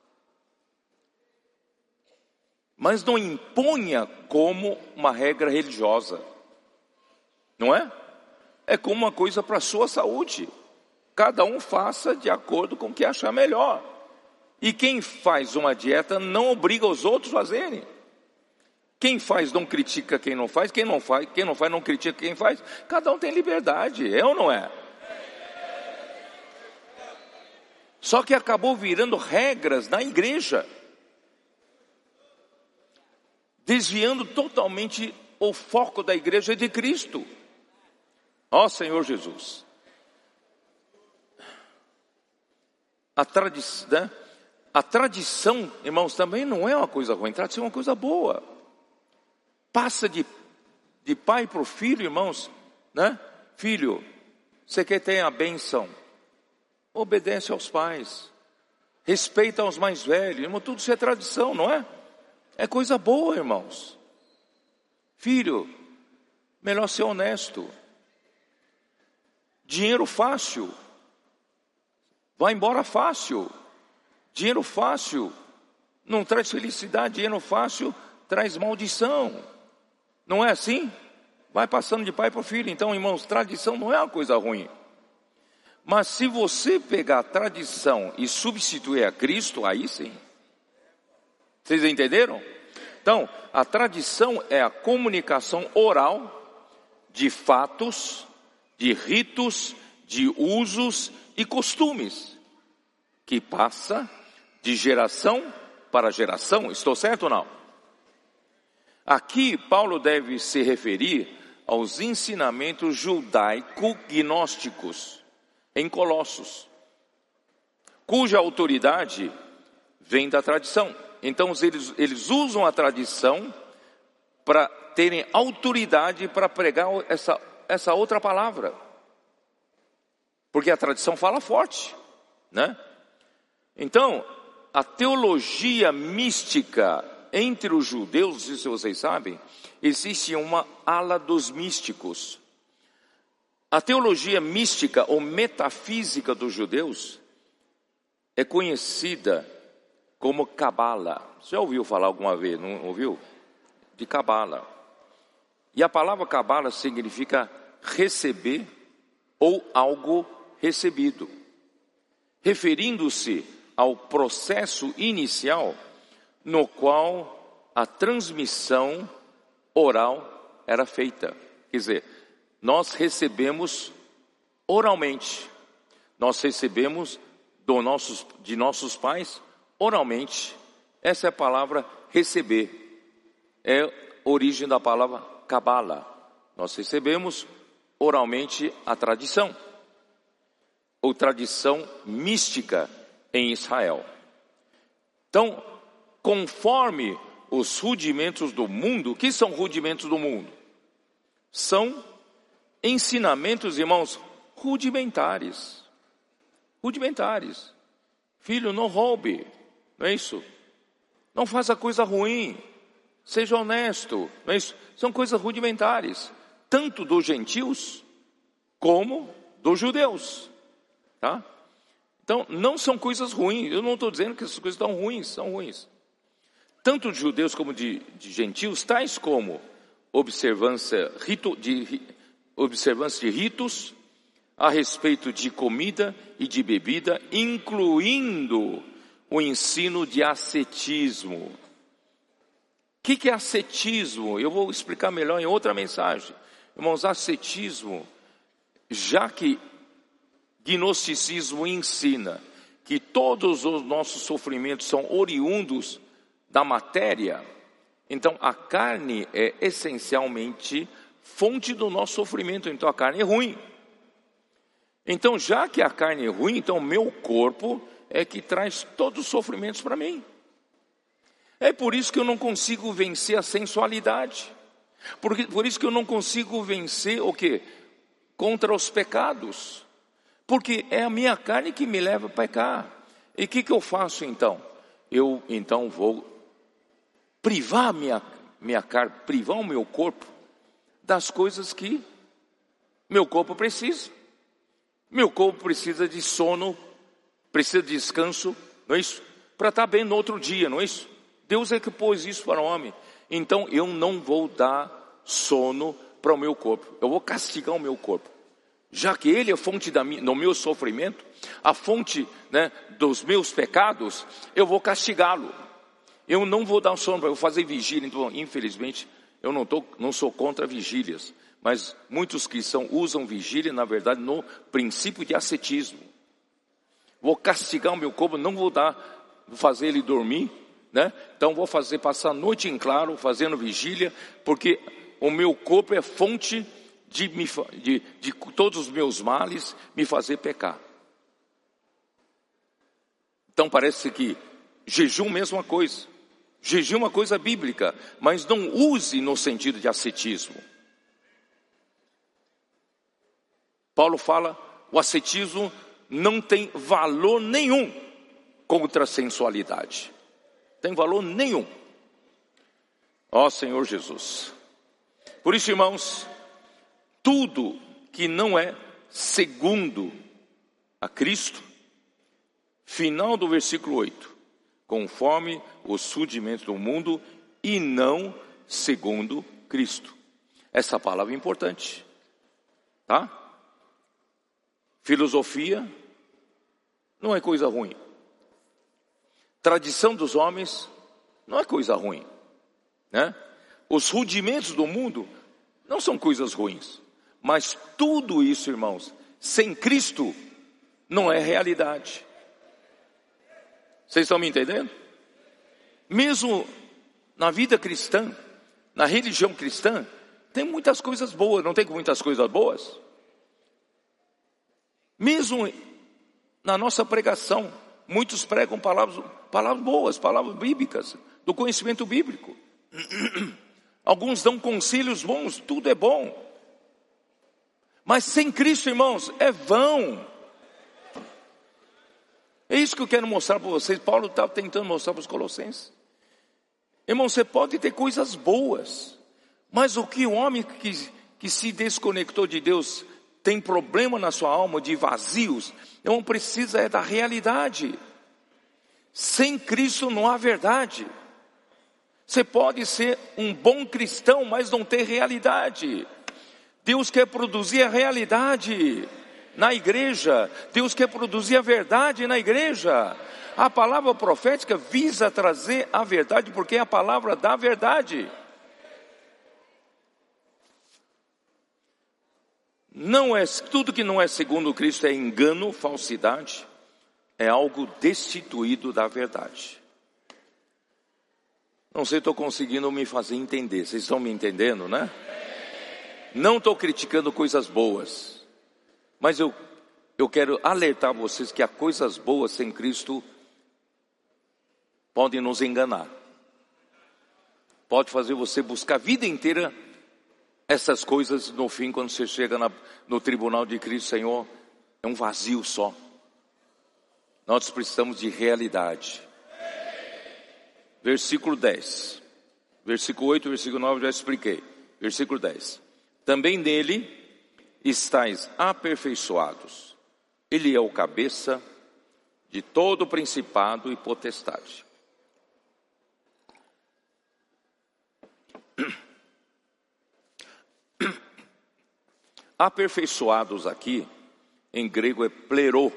Mas não imponha como uma regra religiosa, não é? É como uma coisa para a sua saúde. Cada um faça de acordo com o que achar melhor. E quem faz uma dieta não obriga os outros a fazerem. Quem faz não critica quem não faz, quem não faz, quem não faz não critica quem faz. Cada um tem liberdade, é ou não é? Só que acabou virando regras na igreja, desviando totalmente o foco da igreja de Cristo. Ó Senhor Jesus. A tradição, né? A tradição, irmãos, também não é uma coisa ruim. Tradição é uma coisa boa. Passa de, de pai para o filho, irmãos, né? Filho, você quer ter a bênção? Obedece aos pais. Respeita aos mais velhos. Irmão, tudo isso é tradição, não é? É coisa boa, irmãos. Filho, melhor ser honesto. Dinheiro fácil. Vai embora fácil. Dinheiro fácil não traz felicidade. Dinheiro fácil traz maldição. Não é assim? Vai passando de pai para o filho. Então, irmãos, tradição não é uma coisa ruim. Mas se você pegar a tradição e substituir a Cristo, aí sim. Vocês entenderam? Então, a tradição é a comunicação oral de fatos, de ritos, de usos e costumes, que passa de geração para geração. Estou certo ou não? Aqui, Paulo deve se referir aos ensinamentos judaico-gnósticos em Colossos, cuja autoridade vem da tradição. Então eles, eles usam a tradição para terem autoridade para pregar essa, essa outra palavra. Porque a tradição fala forte, né? Então, a teologia mística entre os judeus, não sei se vocês sabem, existe uma ala dos místicos. A teologia mística ou metafísica dos judeus é conhecida como Cabala. Você já ouviu falar alguma vez, não ouviu? De Cabala. E a palavra Cabala significa receber ou algo recebido, referindo-se ao processo inicial no qual a transmissão oral era feita. Quer dizer, nós recebemos oralmente, nós recebemos do nossos, de nossos pais oralmente. Essa é a palavra receber, é a origem da palavra Cabala. Nós recebemos oralmente a tradição, ou tradição mística em Israel. Então, conforme os rudimentos do mundo, o que são rudimentos do mundo? São ensinamentos, irmãos, rudimentares. Rudimentares. Filho, não roube, não é isso? Não faça coisa ruim, seja honesto, não é isso? São coisas rudimentares, tanto dos gentios como dos judeus, tá? Então, não são coisas ruins. Eu não estou dizendo que essas coisas estão ruins, são ruins. Tanto de judeus como de, de gentios, tais como observância, rito, de, observância de ritos a respeito de comida e de bebida, incluindo o ensino de ascetismo. O que, que é ascetismo? Eu vou explicar melhor em outra mensagem. Irmãos, ascetismo, já que gnosticismo ensina que todos os nossos sofrimentos são oriundos da matéria, então a carne é essencialmente fonte do nosso sofrimento. Então a carne é ruim. Então, já que a carne é ruim, então o meu corpo é que traz todos os sofrimentos para mim. É por isso que eu não consigo vencer a sensualidade. Por, por isso que eu não consigo vencer o quê? Contra os pecados. Porque é a minha carne que me leva a pecar. E o que, que eu faço então? Eu então vou privar a minha, minha carne, privar o meu corpo das coisas que meu corpo precisa. Meu corpo precisa de sono, precisa de descanso, não é isso? Para estar bem no outro dia, não é isso? Deus é que pôs isso para o homem. Então eu não vou dar sono para o meu corpo. Eu vou castigar o meu corpo. Já que ele é fonte da minha, do meu sofrimento, a fonte, né, dos meus pecados, eu vou castigá-lo. eu não vou dar sono, eu vou fazer vigília. Então, infelizmente, eu não, tô, não sou contra vigílias, mas muitos cristãos usam vigília, na verdade, no princípio de ascetismo. Vou castigar o meu corpo, não vou dar, vou fazer ele dormir, né? Então vou fazer, passar a noite em claro, fazendo vigília, porque o meu corpo é fonte de, me, de, de todos os meus males, me fazer pecar. Então parece que jejum mesma coisa. Jejum é uma coisa bíblica, mas não use no sentido de ascetismo. Paulo fala, o ascetismo não tem valor nenhum contra a sensualidade. Tem valor nenhum. Ó Senhor Jesus. Por isso, irmãos, tudo que não é segundo a Cristo, final do versículo oito, conforme os rudimentos do mundo e não segundo Cristo. Essa palavra é importante, tá? Filosofia não é coisa ruim. Tradição dos homens não é coisa ruim, né? Os rudimentos do mundo não são coisas ruins. Mas tudo isso, irmãos, sem Cristo, não é realidade. Vocês estão me entendendo? Mesmo na vida cristã, na religião cristã, tem muitas coisas boas, não tem muitas coisas boas? Mesmo na nossa pregação, muitos pregam palavras, palavras boas, palavras bíblicas, do conhecimento bíblico. Alguns dão conselhos bons, tudo é bom. Mas sem Cristo, irmãos, é vão. É isso que eu quero mostrar para vocês. Paulo está tentando mostrar para os colossenses. Irmão, você pode ter coisas boas, mas o que o homem que, que se desconectou de Deus tem problema na sua alma de vazios, não precisa é da realidade. Sem Cristo não há verdade. Você pode ser um bom cristão, mas não ter realidade. Deus quer produzir a realidade na igreja. Deus quer produzir a verdade na igreja. A palavra profética visa trazer a verdade, porque é a palavra da verdade. Não é, tudo que não é segundo Cristo é engano, falsidade, é algo destituído da verdade. Não sei se estou conseguindo me fazer entender. Vocês estão me entendendo, né? Não estou criticando coisas boas, mas eu, eu quero alertar vocês que há coisas boas sem Cristo podem nos enganar. Pode fazer você buscar a vida inteira essas coisas, no fim, quando você chega na, no tribunal de Cristo, Senhor, é um vazio só. Nós precisamos de realidade. Versículo dez. Versículo oito, versículo nove, já expliquei. Versículo dez. Também nele estáis aperfeiçoados. Ele é o cabeça de todo principado e potestade. Aperfeiçoados aqui, em grego é plerô.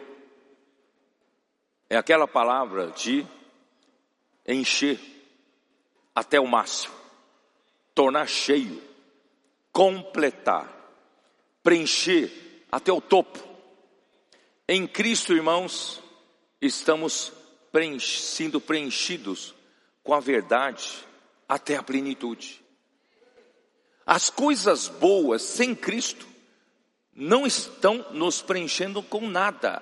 É aquela palavra de encher até o máximo, tornar cheio, completar, preencher até o topo. Em Cristo, irmãos, estamos preench- sendo preenchidos com a verdade até a plenitude. As coisas boas sem Cristo não estão nos preenchendo com nada.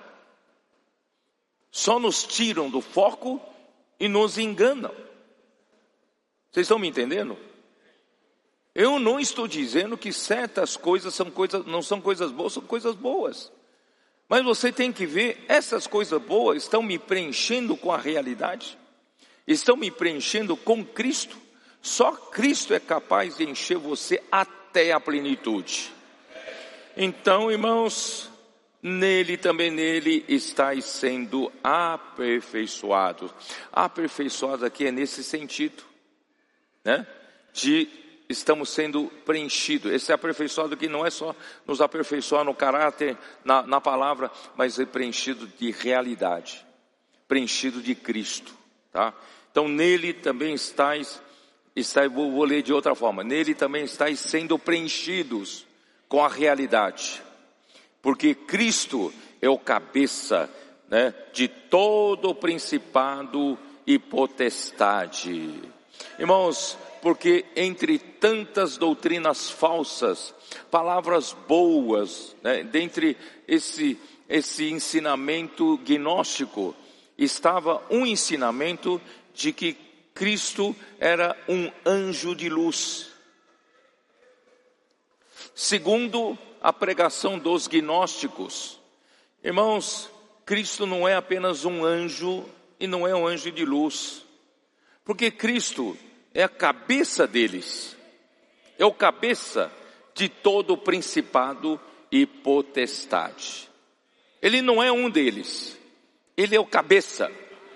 Só nos tiram do foco e nos enganam. Vocês estão me entendendo? Eu não estou dizendo que certas coisas são coisas, não são coisas boas, são coisas boas. Mas você tem que ver, essas coisas boas estão me preenchendo com a realidade? Estão me preenchendo com Cristo? Só Cristo é capaz de encher você até a plenitude. Então, irmãos, nele, também nele, estáis sendo aperfeiçoados. Aperfeiçoados aqui é nesse sentido, né? De estamos sendo preenchidos. Esse aperfeiçoado aqui não é só nos aperfeiçoar no caráter, na, na palavra, mas é preenchido de realidade, preenchido de Cristo, tá? Então nele também estáis, estáis vou, vou ler de outra forma, nele também estáis sendo preenchidos com a realidade, porque Cristo é o cabeça, né, de todo o principado e potestade. Irmãos, porque entre tantas doutrinas falsas, palavras boas, né, dentre esse, esse ensinamento gnóstico, estava um ensinamento de que Cristo era um anjo de luz. Segundo a pregação dos gnósticos, irmãos, Cristo não é apenas um anjo e não é um anjo de luz, porque Cristo é a cabeça deles, é o cabeça de todo o principado e potestade. Ele não é um deles, ele é o cabeça.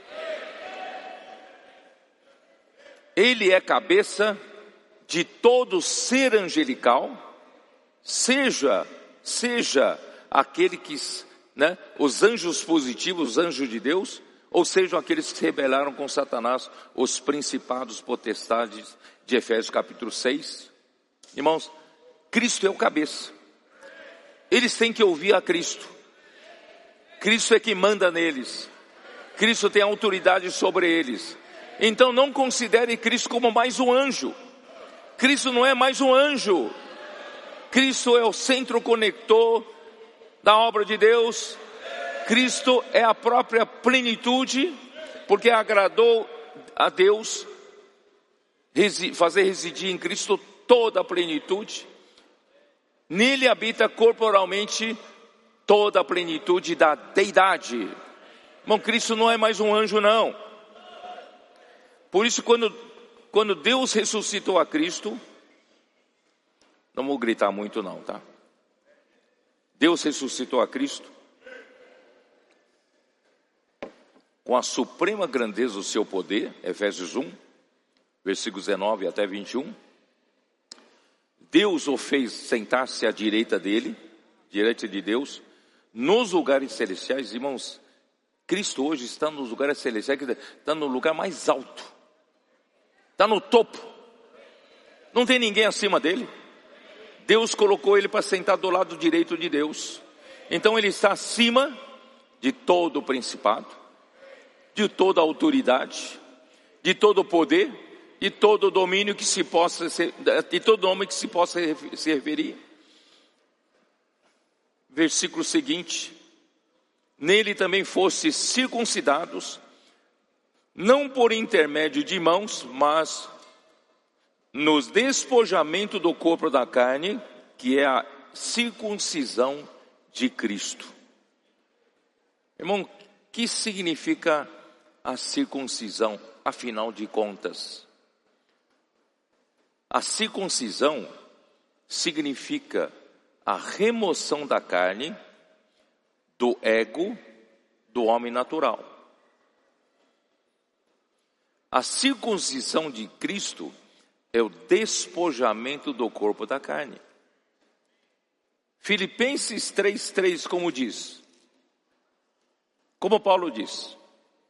Ele é cabeça de todo ser angelical, seja, seja aquele que, né, os anjos positivos, os anjos de Deus, ou sejam aqueles que se rebelaram com Satanás, os principados, potestades de Efésios capítulo seis. Irmãos, Cristo é o cabeça. Eles têm que ouvir a Cristo. Cristo é que manda neles. Cristo tem autoridade sobre eles. Então não considere Cristo como mais um anjo. Cristo não é mais um anjo. Cristo é o centro conector da obra de Deus. Cristo é a própria plenitude, porque agradou a Deus fazer residir em Cristo toda a plenitude. Nele habita corporalmente toda a plenitude da deidade. Irmão, Cristo não é mais um anjo, não. Por isso, quando, quando Deus ressuscitou a Cristo, não vou gritar muito não, tá? Deus ressuscitou a Cristo com a suprema grandeza do seu poder, Efésios um, versículos dezenove até vinte e um. Deus o fez sentar-se à direita dele, direita de Deus, nos lugares celestiais. Irmãos, Cristo hoje está nos lugares celestiais, está no lugar mais alto, está no topo, não tem ninguém acima dele. Deus colocou ele para sentar do lado direito de Deus, então ele está acima de todo o principado, de toda a autoridade, de todo o poder, de todo o domínio que se possa ser, de todo nome que se possa se referir. Versículo seguinte: nele também fostes circuncidados, não por intermédio de mãos, mas nos despojamento do corpo da carne, que é a circuncisão de Cristo. Irmão, o que significa a circuncisão, afinal de contas? A circuncisão significa a remoção da carne, do ego, do homem natural. A circuncisão de Cristo é o despojamento do corpo da carne. Filipenses três, três, como diz? Como Paulo diz?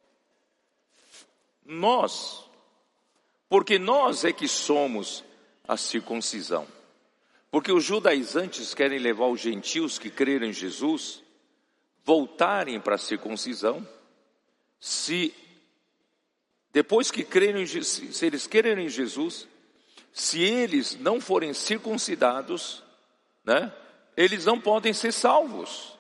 Nós, porque nós é que somos a circuncisão. Porque os judaizantes querem levar os gentios que creram em Jesus voltarem para a circuncisão. Se depois que crerem, se eles crerem em Jesus, se eles não forem circuncidados, né, eles não podem ser salvos.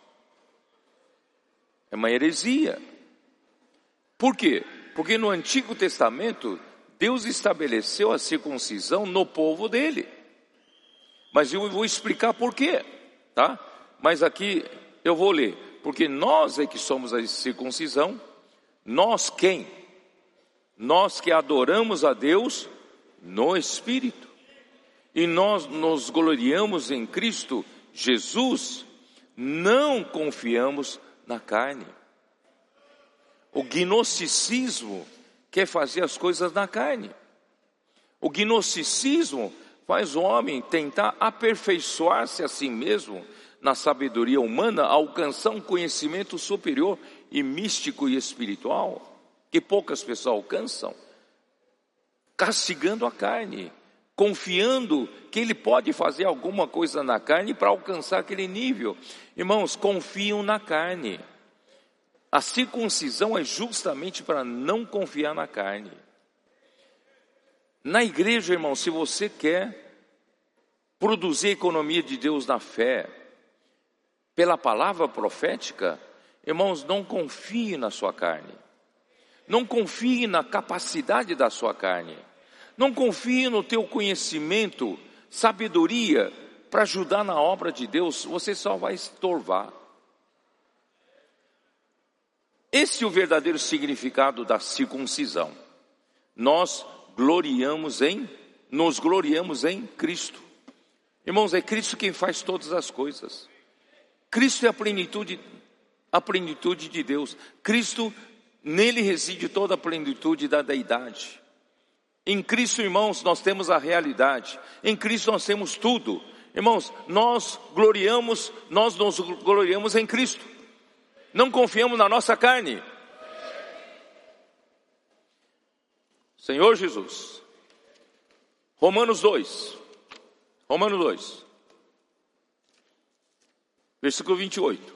É uma heresia. Por quê? Porque no Antigo Testamento Deus estabeleceu a circuncisão no povo dele. Mas eu vou explicar por quê, tá? Mas aqui eu vou ler. Porque nós é que somos a circuncisão. Nós quem? Nós que adoramos a Deus no Espírito. E nós nos gloriamos em Cristo Jesus, não confiamos na carne. O gnosticismo quer fazer as coisas na carne. O gnosticismo faz o homem tentar aperfeiçoar-se a si mesmo na sabedoria humana, alcançar um conhecimento superior e místico e espiritual, que poucas pessoas alcançam, castigando a carne, confiando que ele pode fazer alguma coisa na carne para alcançar aquele nível. Irmãos, confiam na carne. A circuncisão é justamente para não confiar na carne. Na igreja, irmão, se você quer produzir a economia de Deus na fé, pela palavra profética, irmãos, não confie na sua carne. Não confie na capacidade da sua carne. Não confie no teu conhecimento, sabedoria, para ajudar na obra de Deus. Você só vai estorvar. Esse é o verdadeiro significado da circuncisão. Nós gloriamos em, nos gloriamos em Cristo. Irmãos, é Cristo quem faz todas as coisas. Cristo é a plenitude, a plenitude de Deus. Cristo, nele reside toda a plenitude da deidade. Em Cristo, irmãos, nós temos a realidade. Em Cristo nós temos tudo. Irmãos, nós gloriamos, nós nos gloriamos em Cristo. Não confiamos na nossa carne. Senhor Jesus. Romanos dois. Romanos dois. Versículo vinte e oito.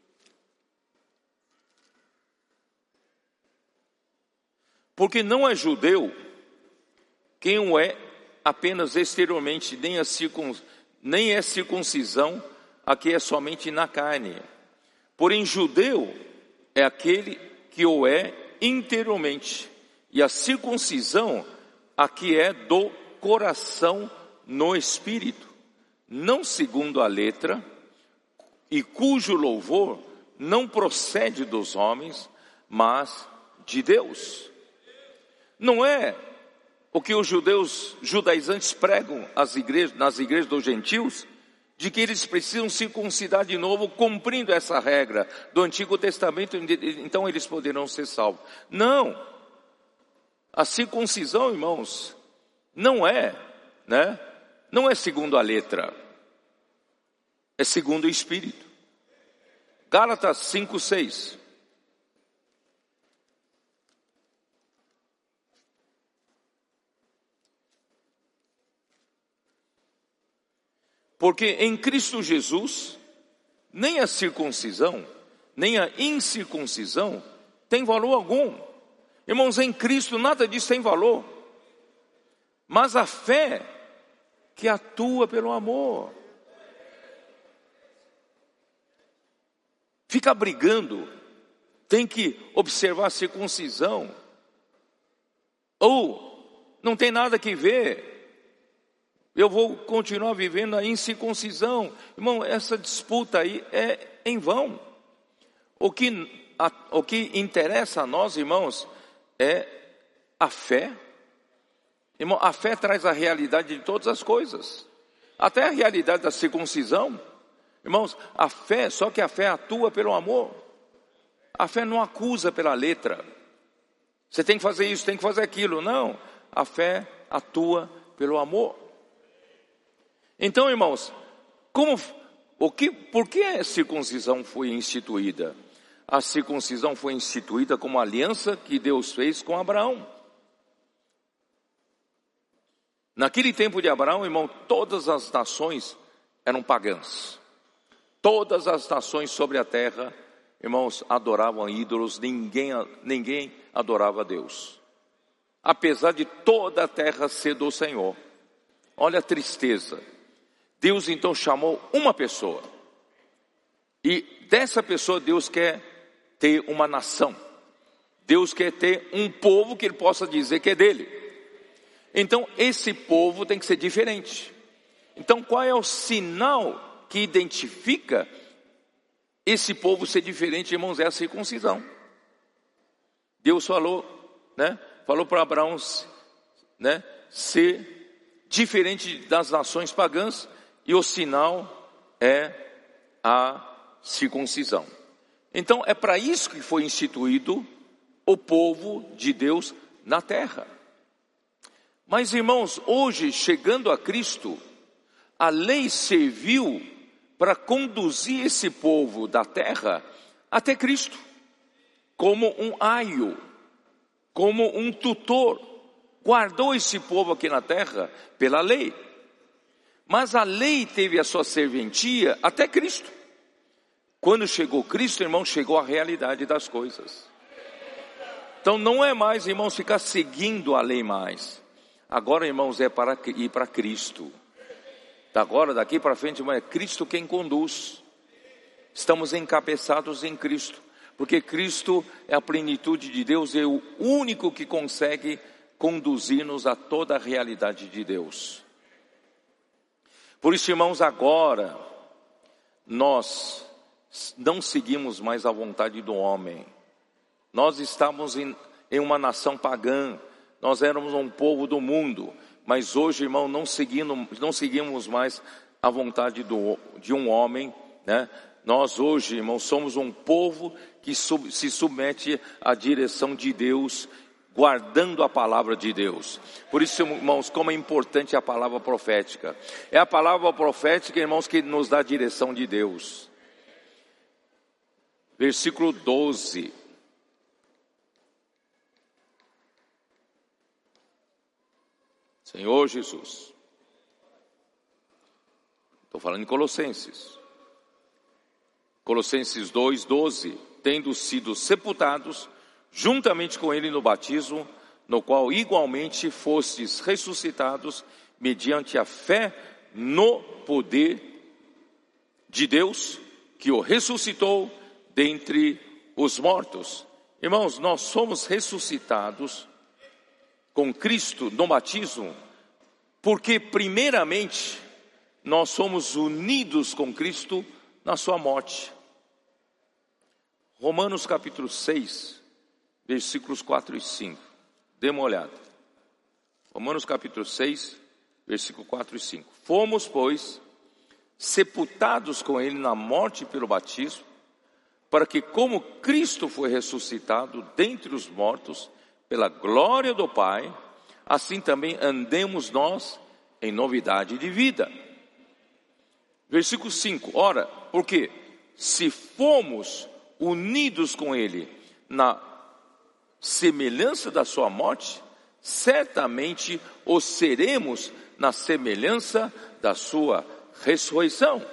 Porque não é judeu quem o é apenas exteriormente, nem, a circun, nem é circuncisão a que é somente na carne. Porém, judeu é aquele que o é interiormente, e a circuncisão a que é do coração no espírito, não segundo a letra, e cujo louvor não procede dos homens, mas de Deus. Não é o que os judeus judaizantes pregam às igrejas, nas igrejas dos gentios, de que eles precisam circuncidar de novo, cumprindo essa regra do Antigo Testamento, então eles poderão ser salvos. Não. A circuncisão, irmãos, não é, né? Não é segundo a letra, é segundo o Espírito. Gálatas cinco, seis. Porque em Cristo Jesus, nem a circuncisão, nem a incircuncisão tem valor algum. Irmãos, em Cristo nada disso tem valor. Mas a fé que atua pelo amor. Fica brigando, tem que observar a circuncisão. Ou não tem nada que ver. Eu vou continuar vivendo a incircuncisão. Irmão, essa disputa aí é em vão. O que, a, o que interessa a nós, irmãos, é a fé. Irmão, a fé traz a realidade de todas as coisas. Até a realidade da circuncisão. Irmãos, a fé, só que a fé atua pelo amor. A fé não acusa pela letra. Você tem que fazer isso, tem que fazer aquilo. Não, a fé atua pelo amor. Então, irmãos, como, o que, por que a circuncisão foi instituída? A circuncisão foi instituída como aliança que Deus fez com Abraão. Naquele tempo de Abraão, irmão, todas as nações eram pagãs. Todas as nações sobre a terra, irmãos, adoravam ídolos, ninguém, ninguém adorava a Deus. Apesar de toda a terra ser do Senhor. Olha a tristeza. Deus então chamou uma pessoa. E dessa pessoa Deus quer ter uma nação. Deus quer ter um povo que ele possa dizer que é dele. Então esse povo tem que ser diferente. Então qual é o sinal que identifica esse povo ser diferente, irmãos? É a circuncisão. Deus falou, né? Falou para Abraão, né? Ser diferente das nações pagãs. E o sinal é a circuncisão. Então é para isso que foi instituído o povo de Deus na terra. Mas, irmãos, hoje, chegando a Cristo, a lei serviu para conduzir esse povo da terra até Cristo, como um aio, como um tutor, guardou esse povo aqui na terra pela lei. Mas a lei teve a sua serventia até Cristo. Quando chegou Cristo, irmão, chegou a realidade das coisas. Então não é mais, irmãos, ficar seguindo a lei mais. Agora, irmãos, é para ir para Cristo. Agora, daqui para frente, irmão, é Cristo quem conduz. Estamos encabeçados em Cristo, porque Cristo é a plenitude de Deus, é o único que consegue conduzir-nos a toda a realidade de Deus. Por isso, irmãos, agora nós não seguimos mais a vontade do homem. Nós estamos em, em uma nação pagã, nós éramos um povo do mundo, mas hoje, irmão, não seguimos, não seguimos mais a vontade do, de um homem, né? Nós hoje, irmãos, somos um povo que sub, se submete à direção de Deus, guardando a palavra de Deus. Por isso, irmãos, como é importante a palavra profética. É a palavra profética, irmãos, que nos dá a direção de Deus. Versículo doze. Senhor Jesus. Estou falando em Colossenses. Colossenses dois, doze. Tendo sido sepultados juntamente com ele no batismo, no qual igualmente fostes ressuscitados mediante a fé no poder de Deus, que o ressuscitou dentre os mortos. Irmãos, nós somos ressuscitados com Cristo no batismo, porque primeiramente nós somos unidos com Cristo na sua morte. Romanos capítulo seis, versículos quatro e cinco. Dê uma olhada. Romanos capítulo seis, versículo quatro e cinco. Fomos, pois, sepultados com ele na morte pelo batismo, para que como Cristo foi ressuscitado dentre os mortos, pela glória do Pai, assim também andemos nós em novidade de vida. Versículo cinco. Ora, porque se fomos unidos com ele na semelhança da sua morte, certamente o seremos na semelhança da sua ressurreição.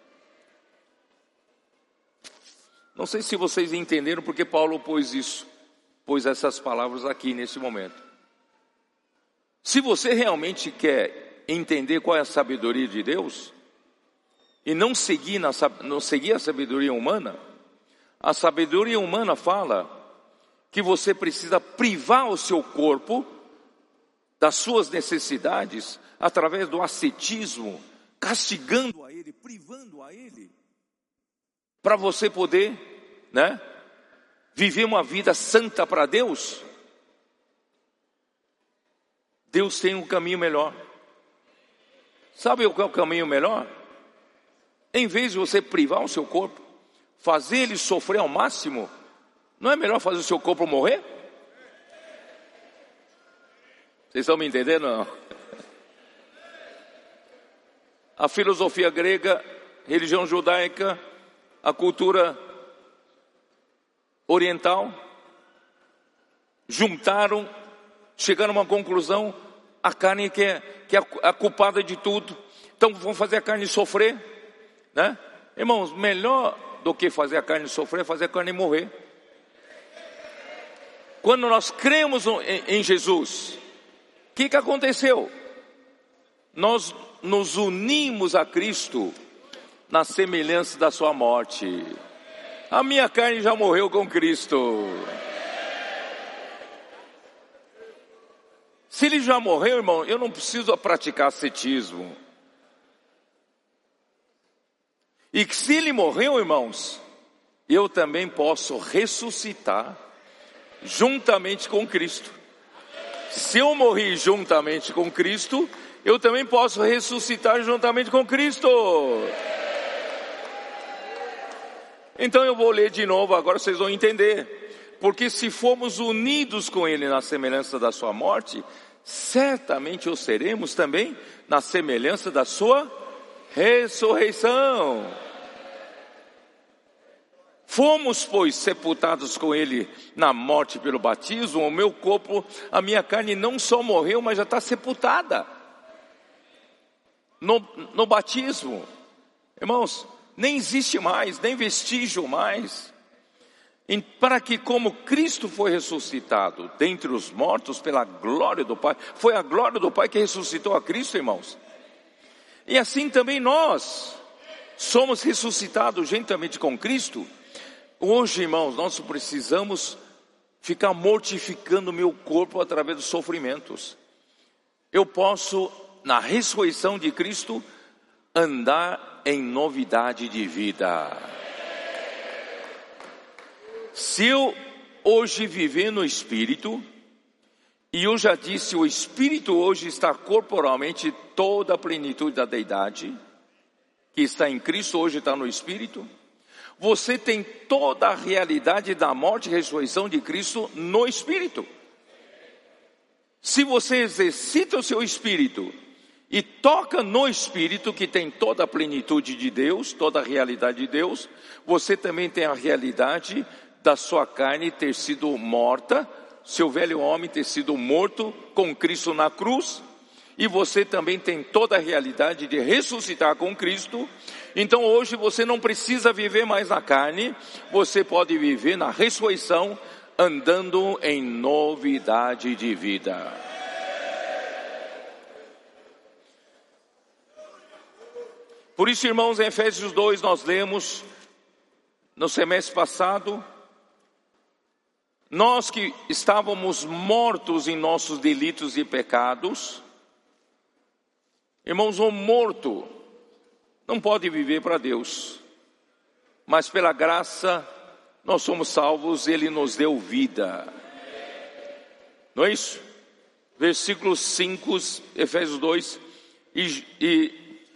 Não sei se vocês entenderam porque Paulo pôs isso, pôs essas palavras aqui nesse momento. Se você realmente quer entender qual é a sabedoria de Deus, e não seguir, na, não seguir a sabedoria humana, a sabedoria humana fala que você precisa privar o seu corpo das suas necessidades através do ascetismo, castigando a ele, privando a ele, para você poder, né, viver uma vida santa para Deus. Deus tem um caminho melhor. Sabe qual é o caminho melhor? Em vez de você privar o seu corpo, fazer ele sofrer ao máximo, não é melhor fazer o seu corpo morrer? Vocês estão me entendendo? Não? A filosofia grega, religião judaica, a cultura oriental, juntaram, chegaram a uma conclusão: a carne que é, que é a culpada de tudo, então vão fazer a carne sofrer, né? Irmãos, melhor do que fazer a carne sofrer é fazer a carne morrer. Quando nós cremos em, em Jesus, o que que aconteceu? Nós nos unimos a Cristo na semelhança da sua morte. A minha carne já morreu com Cristo. Se ele já morreu, irmão, eu não preciso praticar ascetismo. E que se ele morreu, irmãos, eu também posso ressuscitar juntamente com Cristo. Se eu morri juntamente com Cristo, eu também posso ressuscitar juntamente com Cristo. Então eu vou ler de novo, agora vocês vão entender. Porque se formos unidos com ele na semelhança da sua morte, certamente o seremos também na semelhança da sua ressurreição. Fomos, pois, sepultados com ele na morte pelo batismo. O meu corpo, a minha carne não só morreu, mas já está sepultada no, no batismo. Irmãos, nem existe mais, nem vestígio mais. E para que, como Cristo foi ressuscitado dentre os mortos pela glória do Pai, foi a glória do Pai que ressuscitou a Cristo, irmãos. E assim também nós somos ressuscitados juntamente com Cristo. Hoje, irmãos, nós precisamos ficar mortificando o meu corpo através dos sofrimentos. Eu posso, na ressurreição de Cristo, andar em novidade de vida. Se eu hoje viver no Espírito, e eu já disse, o Espírito hoje está corporalmente toda a plenitude da deidade, que está em Cristo, hoje está no Espírito. Você tem toda a realidade da morte e ressurreição de Cristo no Espírito. Se você exercita o seu Espírito e toca no Espírito, que tem toda a plenitude de Deus, toda a realidade de Deus, você também tem a realidade da sua carne ter sido morta, seu velho homem ter sido morto com Cristo na cruz, e você também tem toda a realidade de ressuscitar com Cristo. Então hoje você não precisa viver mais na carne, você pode viver na ressurreição, andando em novidade de vida. Por isso, irmãos, em Efésios dois nós lemos, no semestre passado, nós que estávamos mortos em nossos delitos e pecados. Irmãos, o morto não pode viver para Deus, mas pela graça nós somos salvos, Ele nos deu vida. Não é isso? Versículo cinco, Efésios dois, e, e,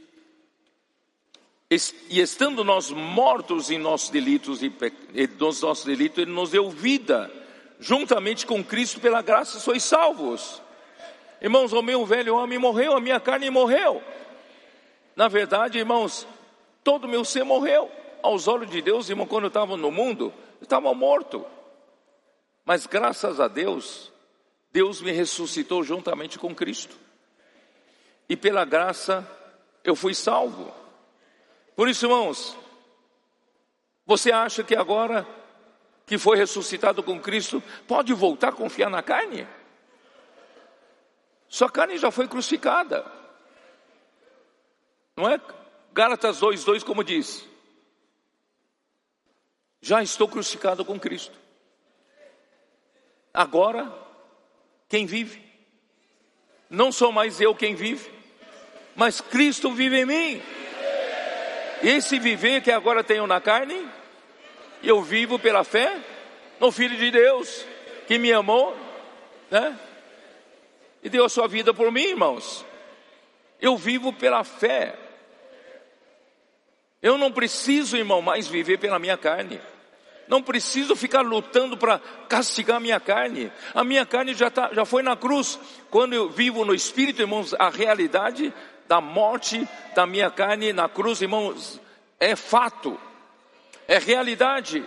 e estando nós mortos em nossos delitos e nos nossos delitos, Ele nos deu vida, juntamente com Cristo, pela graça sois salvos. Irmãos, o meu velho homem morreu, a minha carne morreu. Na verdade, irmãos, todo o meu ser morreu. Aos olhos de Deus, irmão, quando eu estava no mundo, eu estava morto. Mas graças a Deus, Deus me ressuscitou juntamente com Cristo. E pela graça, eu fui salvo. Por isso, irmãos, você acha que agora que foi ressuscitado com Cristo, pode voltar a confiar na carne? Sua carne já foi crucificada. Não é? Gálatas dois, dois como diz. Já estou crucificado com Cristo. Agora, quem vive? Não sou mais eu quem vive, mas Cristo vive em mim. Esse viver que agora tenho na carne, eu vivo pela fé no Filho de Deus, que me amou, né? E deu a sua vida por mim, irmãos. Eu vivo pela fé. Eu não preciso, irmão, mais viver pela minha carne. Não preciso ficar lutando para castigar a minha carne. A minha carne já, tá, já foi na cruz. Quando eu vivo no Espírito, irmãos, a realidade da morte da minha carne na cruz, irmãos, é fato. É realidade.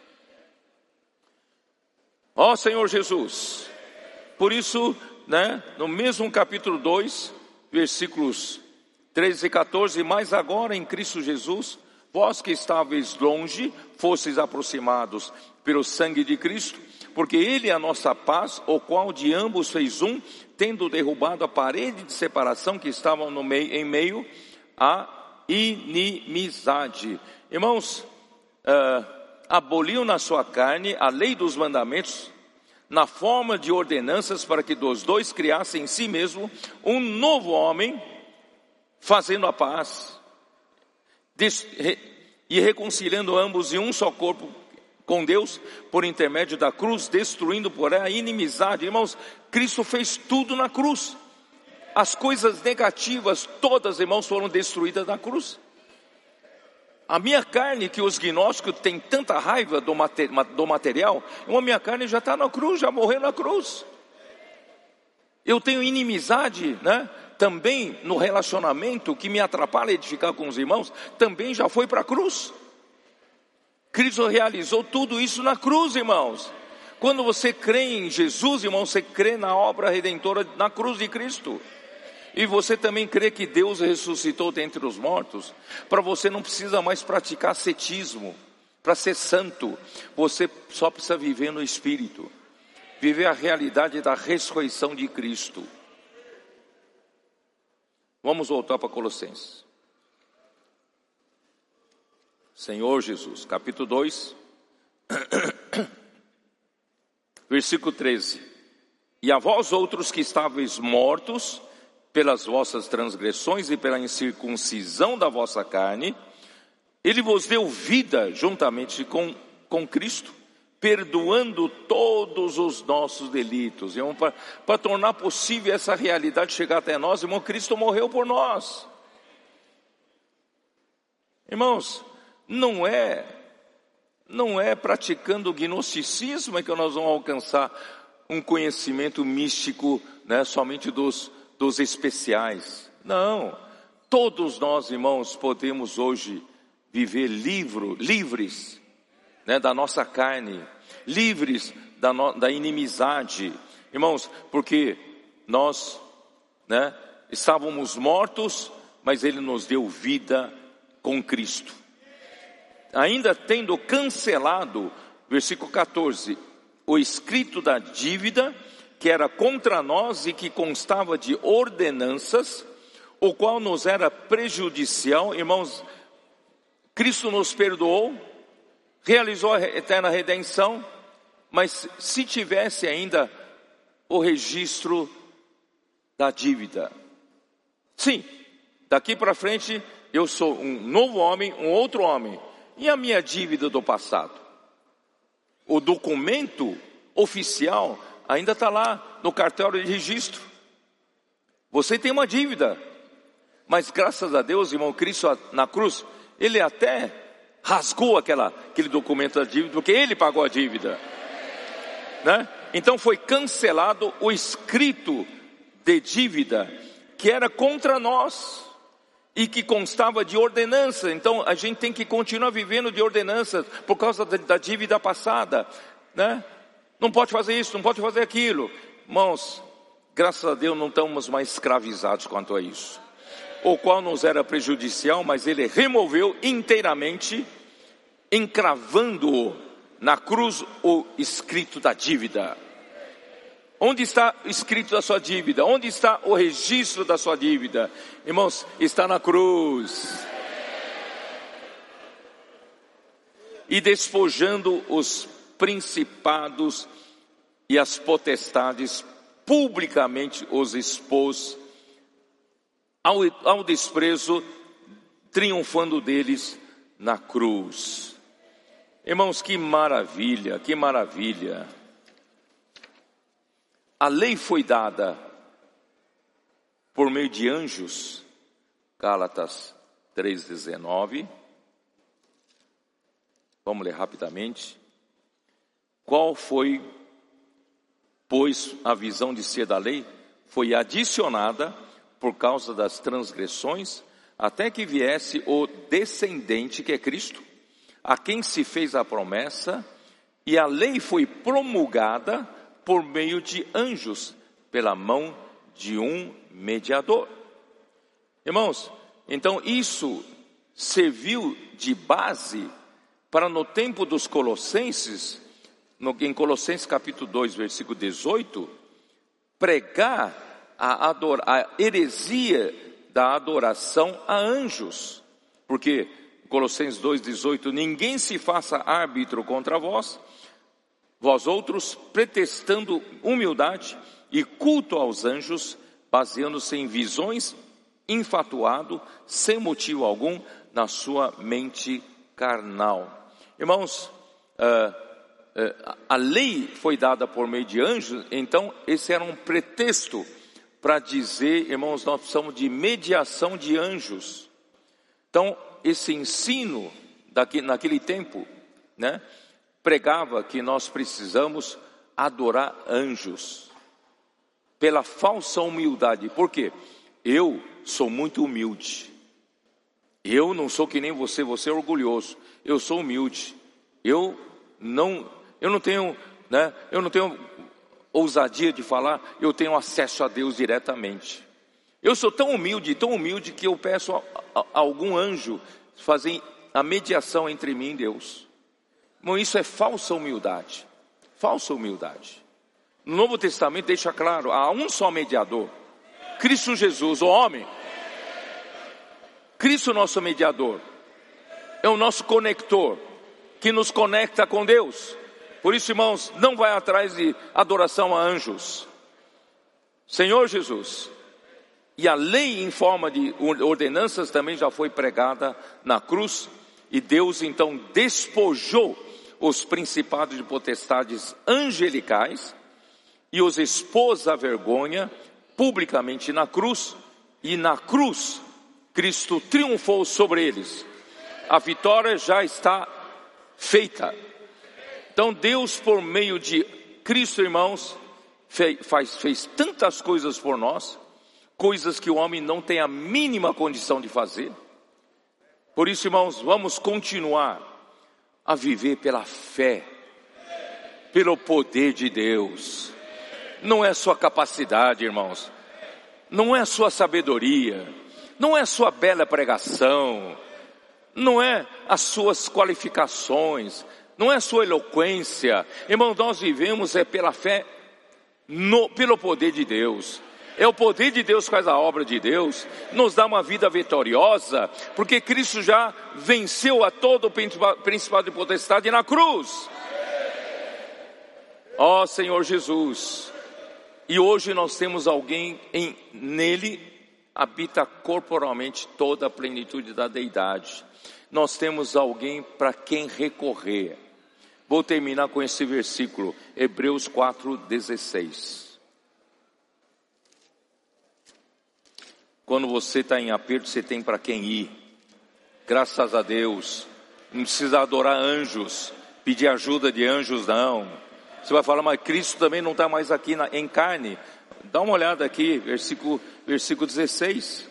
Ó Senhor Jesus. Por isso, né, no mesmo capítulo dois, versículos treze e quatorze, mas agora em Cristo Jesus, vós que estáveis longe, fosseis aproximados pelo sangue de Cristo, porque Ele é a nossa paz, o qual de ambos fez um, tendo derrubado a parede de separação que estava no meio, em meio à inimizade. Irmãos, uh, aboliu na sua carne a lei dos mandamentos, na forma de ordenanças, para que dos dois criassem em si mesmo um novo homem, fazendo a paz, e reconciliando ambos em um só corpo com Deus, por intermédio da cruz, destruindo por ela a inimizade. Irmãos, Cristo fez tudo na cruz. As coisas negativas, todas, irmãos, foram destruídas na cruz. A minha carne, que os gnósticos têm tanta raiva do, mater, do material, a minha carne já está na cruz, já morreu na cruz. Eu tenho inimizade, né? Também no relacionamento que me atrapalha edificar com os irmãos, também já foi para a cruz. Cristo realizou tudo isso na cruz, irmãos. Quando você crê em Jesus, irmão, você crê na obra redentora na cruz de Cristo. E você também crê que Deus ressuscitou dentre os mortos. Para você não precisa mais praticar ascetismo. Para ser santo, você só precisa viver no Espírito. Viver a realidade da ressurreição de Cristo. Vamos voltar para Colossenses. Senhor Jesus, capítulo dois, versículo treze. E a vós outros que estáveis mortos pelas vossas transgressões e pela incircuncisão da vossa carne, Ele vos deu vida juntamente com, com Cristo, perdoando todos os nossos delitos. Para tornar possível essa realidade chegar até nós, irmão, Cristo morreu por nós. Irmãos, não é, não é praticando o gnosticismo que nós vamos alcançar um conhecimento místico, né, somente dos, dos especiais. Não, todos nós, irmãos, podemos hoje viver livro, livres, né, da nossa carne, livres da, no, da inimizade, irmãos, porque nós, né, estávamos mortos, mas Ele nos deu vida com Cristo. Ainda tendo cancelado, versículo catorze, o escrito da dívida que era contra nós e que constava de ordenanças, o qual nos era prejudicial. Irmãos, Cristo nos perdoou, realizou a eterna redenção, mas se tivesse ainda o registro da dívida, sim, daqui para frente eu sou um novo homem, um outro homem. E a minha dívida do passado? O documento oficial ainda está lá no cartório de registro. Você tem uma dívida, mas graças a Deus, irmão, Cristo na cruz, Ele até rasgou aquela, aquele documento da dívida, porque Ele pagou a dívida, né? Então foi cancelado o escrito de dívida que era contra nós e que constava de ordenança. Então a gente tem que continuar vivendo de ordenanças por causa da, da dívida passada, né? Não pode fazer isso, não pode fazer aquilo. Irmãos, graças a Deus não estamos mais escravizados quanto a isso. O qual nos era prejudicial, mas Ele removeu inteiramente, encravando-o na cruz o escrito da dívida. Onde está o escrito da sua dívida? Onde está o registro da sua dívida? Irmãos, está na cruz. E despojando os principados e as potestades, publicamente os expôs ao, ao desprezo, triunfando deles na cruz. Irmãos, que maravilha, que maravilha. A lei foi dada por meio de anjos, Gálatas três, dezenove. Vamos ler rapidamente. Qual foi, pois, a visão de ser da lei? Foi adicionada por causa das transgressões, até que viesse o descendente, que é Cristo, a quem se fez a promessa, e a lei foi promulgada por meio de anjos, pela mão de um mediador. Irmãos, então isso serviu de base para no tempo dos Colossenses, no, em Colossenses capítulo dois, versículo dezoito, pregar a, ador, a heresia da adoração a anjos. Porque Colossenses dois, dezoito, ninguém se faça árbitro contra vós, vós outros, pretextando humildade e culto aos anjos, baseando-se em visões, infatuado, sem motivo algum, na sua mente carnal. Irmãos, uh, uh, a lei foi dada por meio de anjos, então esse era um pretexto para dizer, irmãos, nós precisamos de mediação de anjos. Então, esse ensino daqui, naquele tempo, né, pregava que nós precisamos adorar anjos pela falsa humildade. Por quê? Eu sou muito humilde. Eu não sou que nem você, você é orgulhoso. Eu sou humilde. Eu não, eu não tenho, né, eu não tenho ousadia de falar, eu tenho acesso a Deus diretamente. Eu sou tão humilde, tão humilde que eu peço a, a, a algum anjo fazer a mediação entre mim e Deus. Bom, isso é falsa humildade. Falsa humildade. No Novo Testamento deixa claro, há um só mediador, Cristo Jesus, o homem. Cristo, nosso mediador, é o nosso conector, que nos conecta com Deus. Por isso, irmãos, não vai atrás de adoração a anjos. Senhor Jesus. E a lei em forma de ordenanças também já foi pregada na cruz. E Deus então despojou os principados de potestades angelicais e os expôs à vergonha publicamente na cruz. E na cruz, Cristo triunfou sobre eles. A vitória já está feita. Então Deus, por meio de Cristo, irmãos, fez, faz, fez tantas coisas por nós, coisas que o homem não tem a mínima condição de fazer. Por isso, irmãos, vamos continuar a viver pela fé, pelo poder de Deus. Não é sua capacidade, irmãos, não é sua sabedoria, não é sua bela pregação, não é as suas qualificações, não é sua eloquência. Irmão, nós vivemos é pela fé, no, pelo poder de Deus. É o poder de Deus que faz a obra de Deus, nos dá uma vida vitoriosa, porque Cristo já venceu a todo o principado de potestade na cruz. Ó Senhor Jesus, e hoje nós temos alguém, em, nele habita corporalmente toda a plenitude da deidade. Nós temos alguém para quem recorrer. Vou terminar com esse versículo, Hebreus quatro, dezesseis. Quando você está em aperto, você tem para quem ir. Graças a Deus. Não precisa adorar anjos, pedir ajuda de anjos, não. Você vai falar, mas Cristo também não está mais aqui na, em carne. Dá uma olhada aqui, versículo, versículo dezesseis.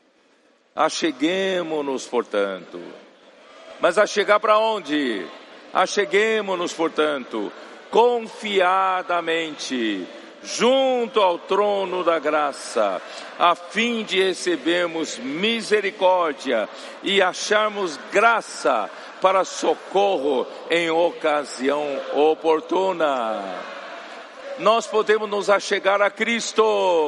Acheguemo-nos, portanto. Mas a chegar para onde? Acheguemo-nos, portanto, confiadamente, junto ao trono da graça, a fim de recebermos misericórdia e acharmos graça para socorro em ocasião oportuna. Nós podemos nos achegar a Cristo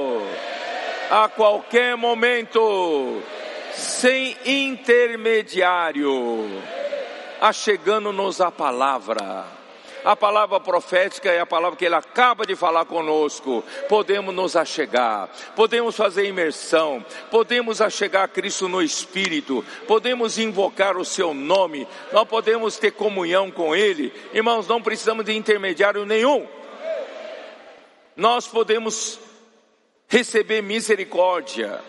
a qualquer momento, sem intermediário, achegando-nos à palavra. A palavra profética é a palavra que Ele acaba de falar conosco. Podemos nos achegar, podemos fazer imersão, podemos achegar a Cristo no Espírito, podemos invocar o Seu nome, nós podemos ter comunhão com Ele. Irmãos, não precisamos de intermediário nenhum. Nós podemos receber misericórdia.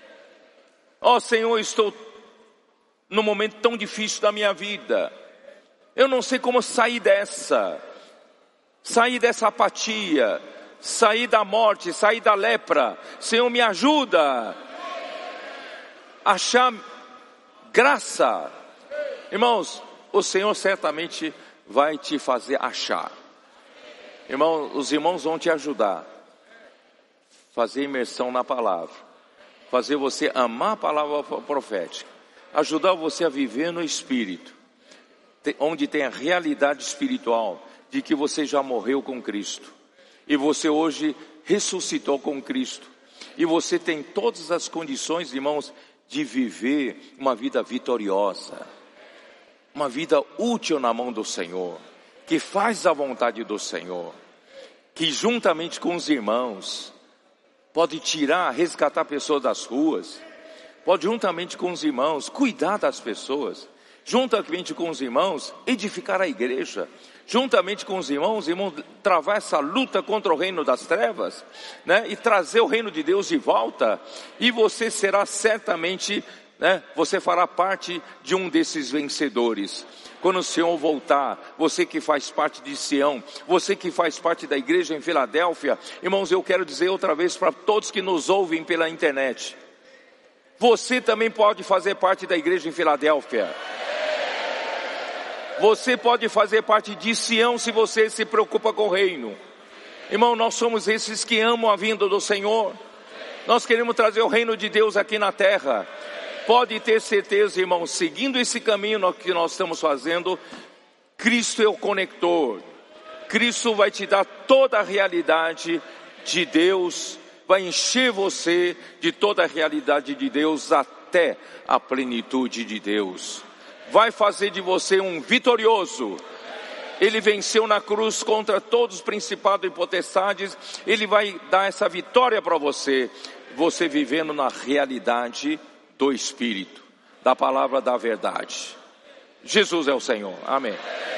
Ó Senhor, estou num momento tão difícil da minha vida. Eu não sei como sair dessa, sair dessa apatia, sair da morte, sair da lepra. Senhor, me ajuda a achar graça. Irmãos, o Senhor certamente vai te fazer achar. Irmão, os irmãos vão te ajudar. Fazer imersão na palavra. Fazer você amar a palavra profética. Ajudar você a viver no Espírito. Onde tem a realidade espiritual de que você já morreu com Cristo. E você hoje ressuscitou com Cristo. E você tem todas as condições, irmãos, de viver uma vida vitoriosa. Uma vida útil na mão do Senhor. Que faz a vontade do Senhor. Que juntamente com os irmãos, pode tirar, resgatar pessoas das ruas. Pode juntamente com os irmãos, cuidar das pessoas. Juntamente com os irmãos, edificar a igreja. Juntamente com os irmãos, irmãos, travar essa luta contra o reino das trevas, né? E trazer o reino de Deus de volta. E você será certamente, né? Você fará parte de um desses vencedores. Quando o Senhor voltar, você que faz parte de Sião, você que faz parte da igreja em Filadélfia, irmãos, eu quero dizer outra vez para todos que nos ouvem pela internet. Você também pode fazer parte da igreja em Filadélfia. Você pode fazer parte de Sião se você se preocupa com o reino. Irmão, nós somos esses que amam a vinda do Senhor. Nós queremos trazer o reino de Deus aqui na terra. Pode ter certeza, irmão, seguindo esse caminho que nós estamos fazendo, Cristo é o conector. Cristo vai te dar toda a realidade de Deus, vai encher você de toda a realidade de Deus até a plenitude de Deus. Vai fazer de você um vitorioso. Ele venceu na cruz contra todos os principados e potestades. Ele vai dar essa vitória para você. Você vivendo na realidade do Espírito, da palavra da verdade. Jesus é o Senhor. Amém.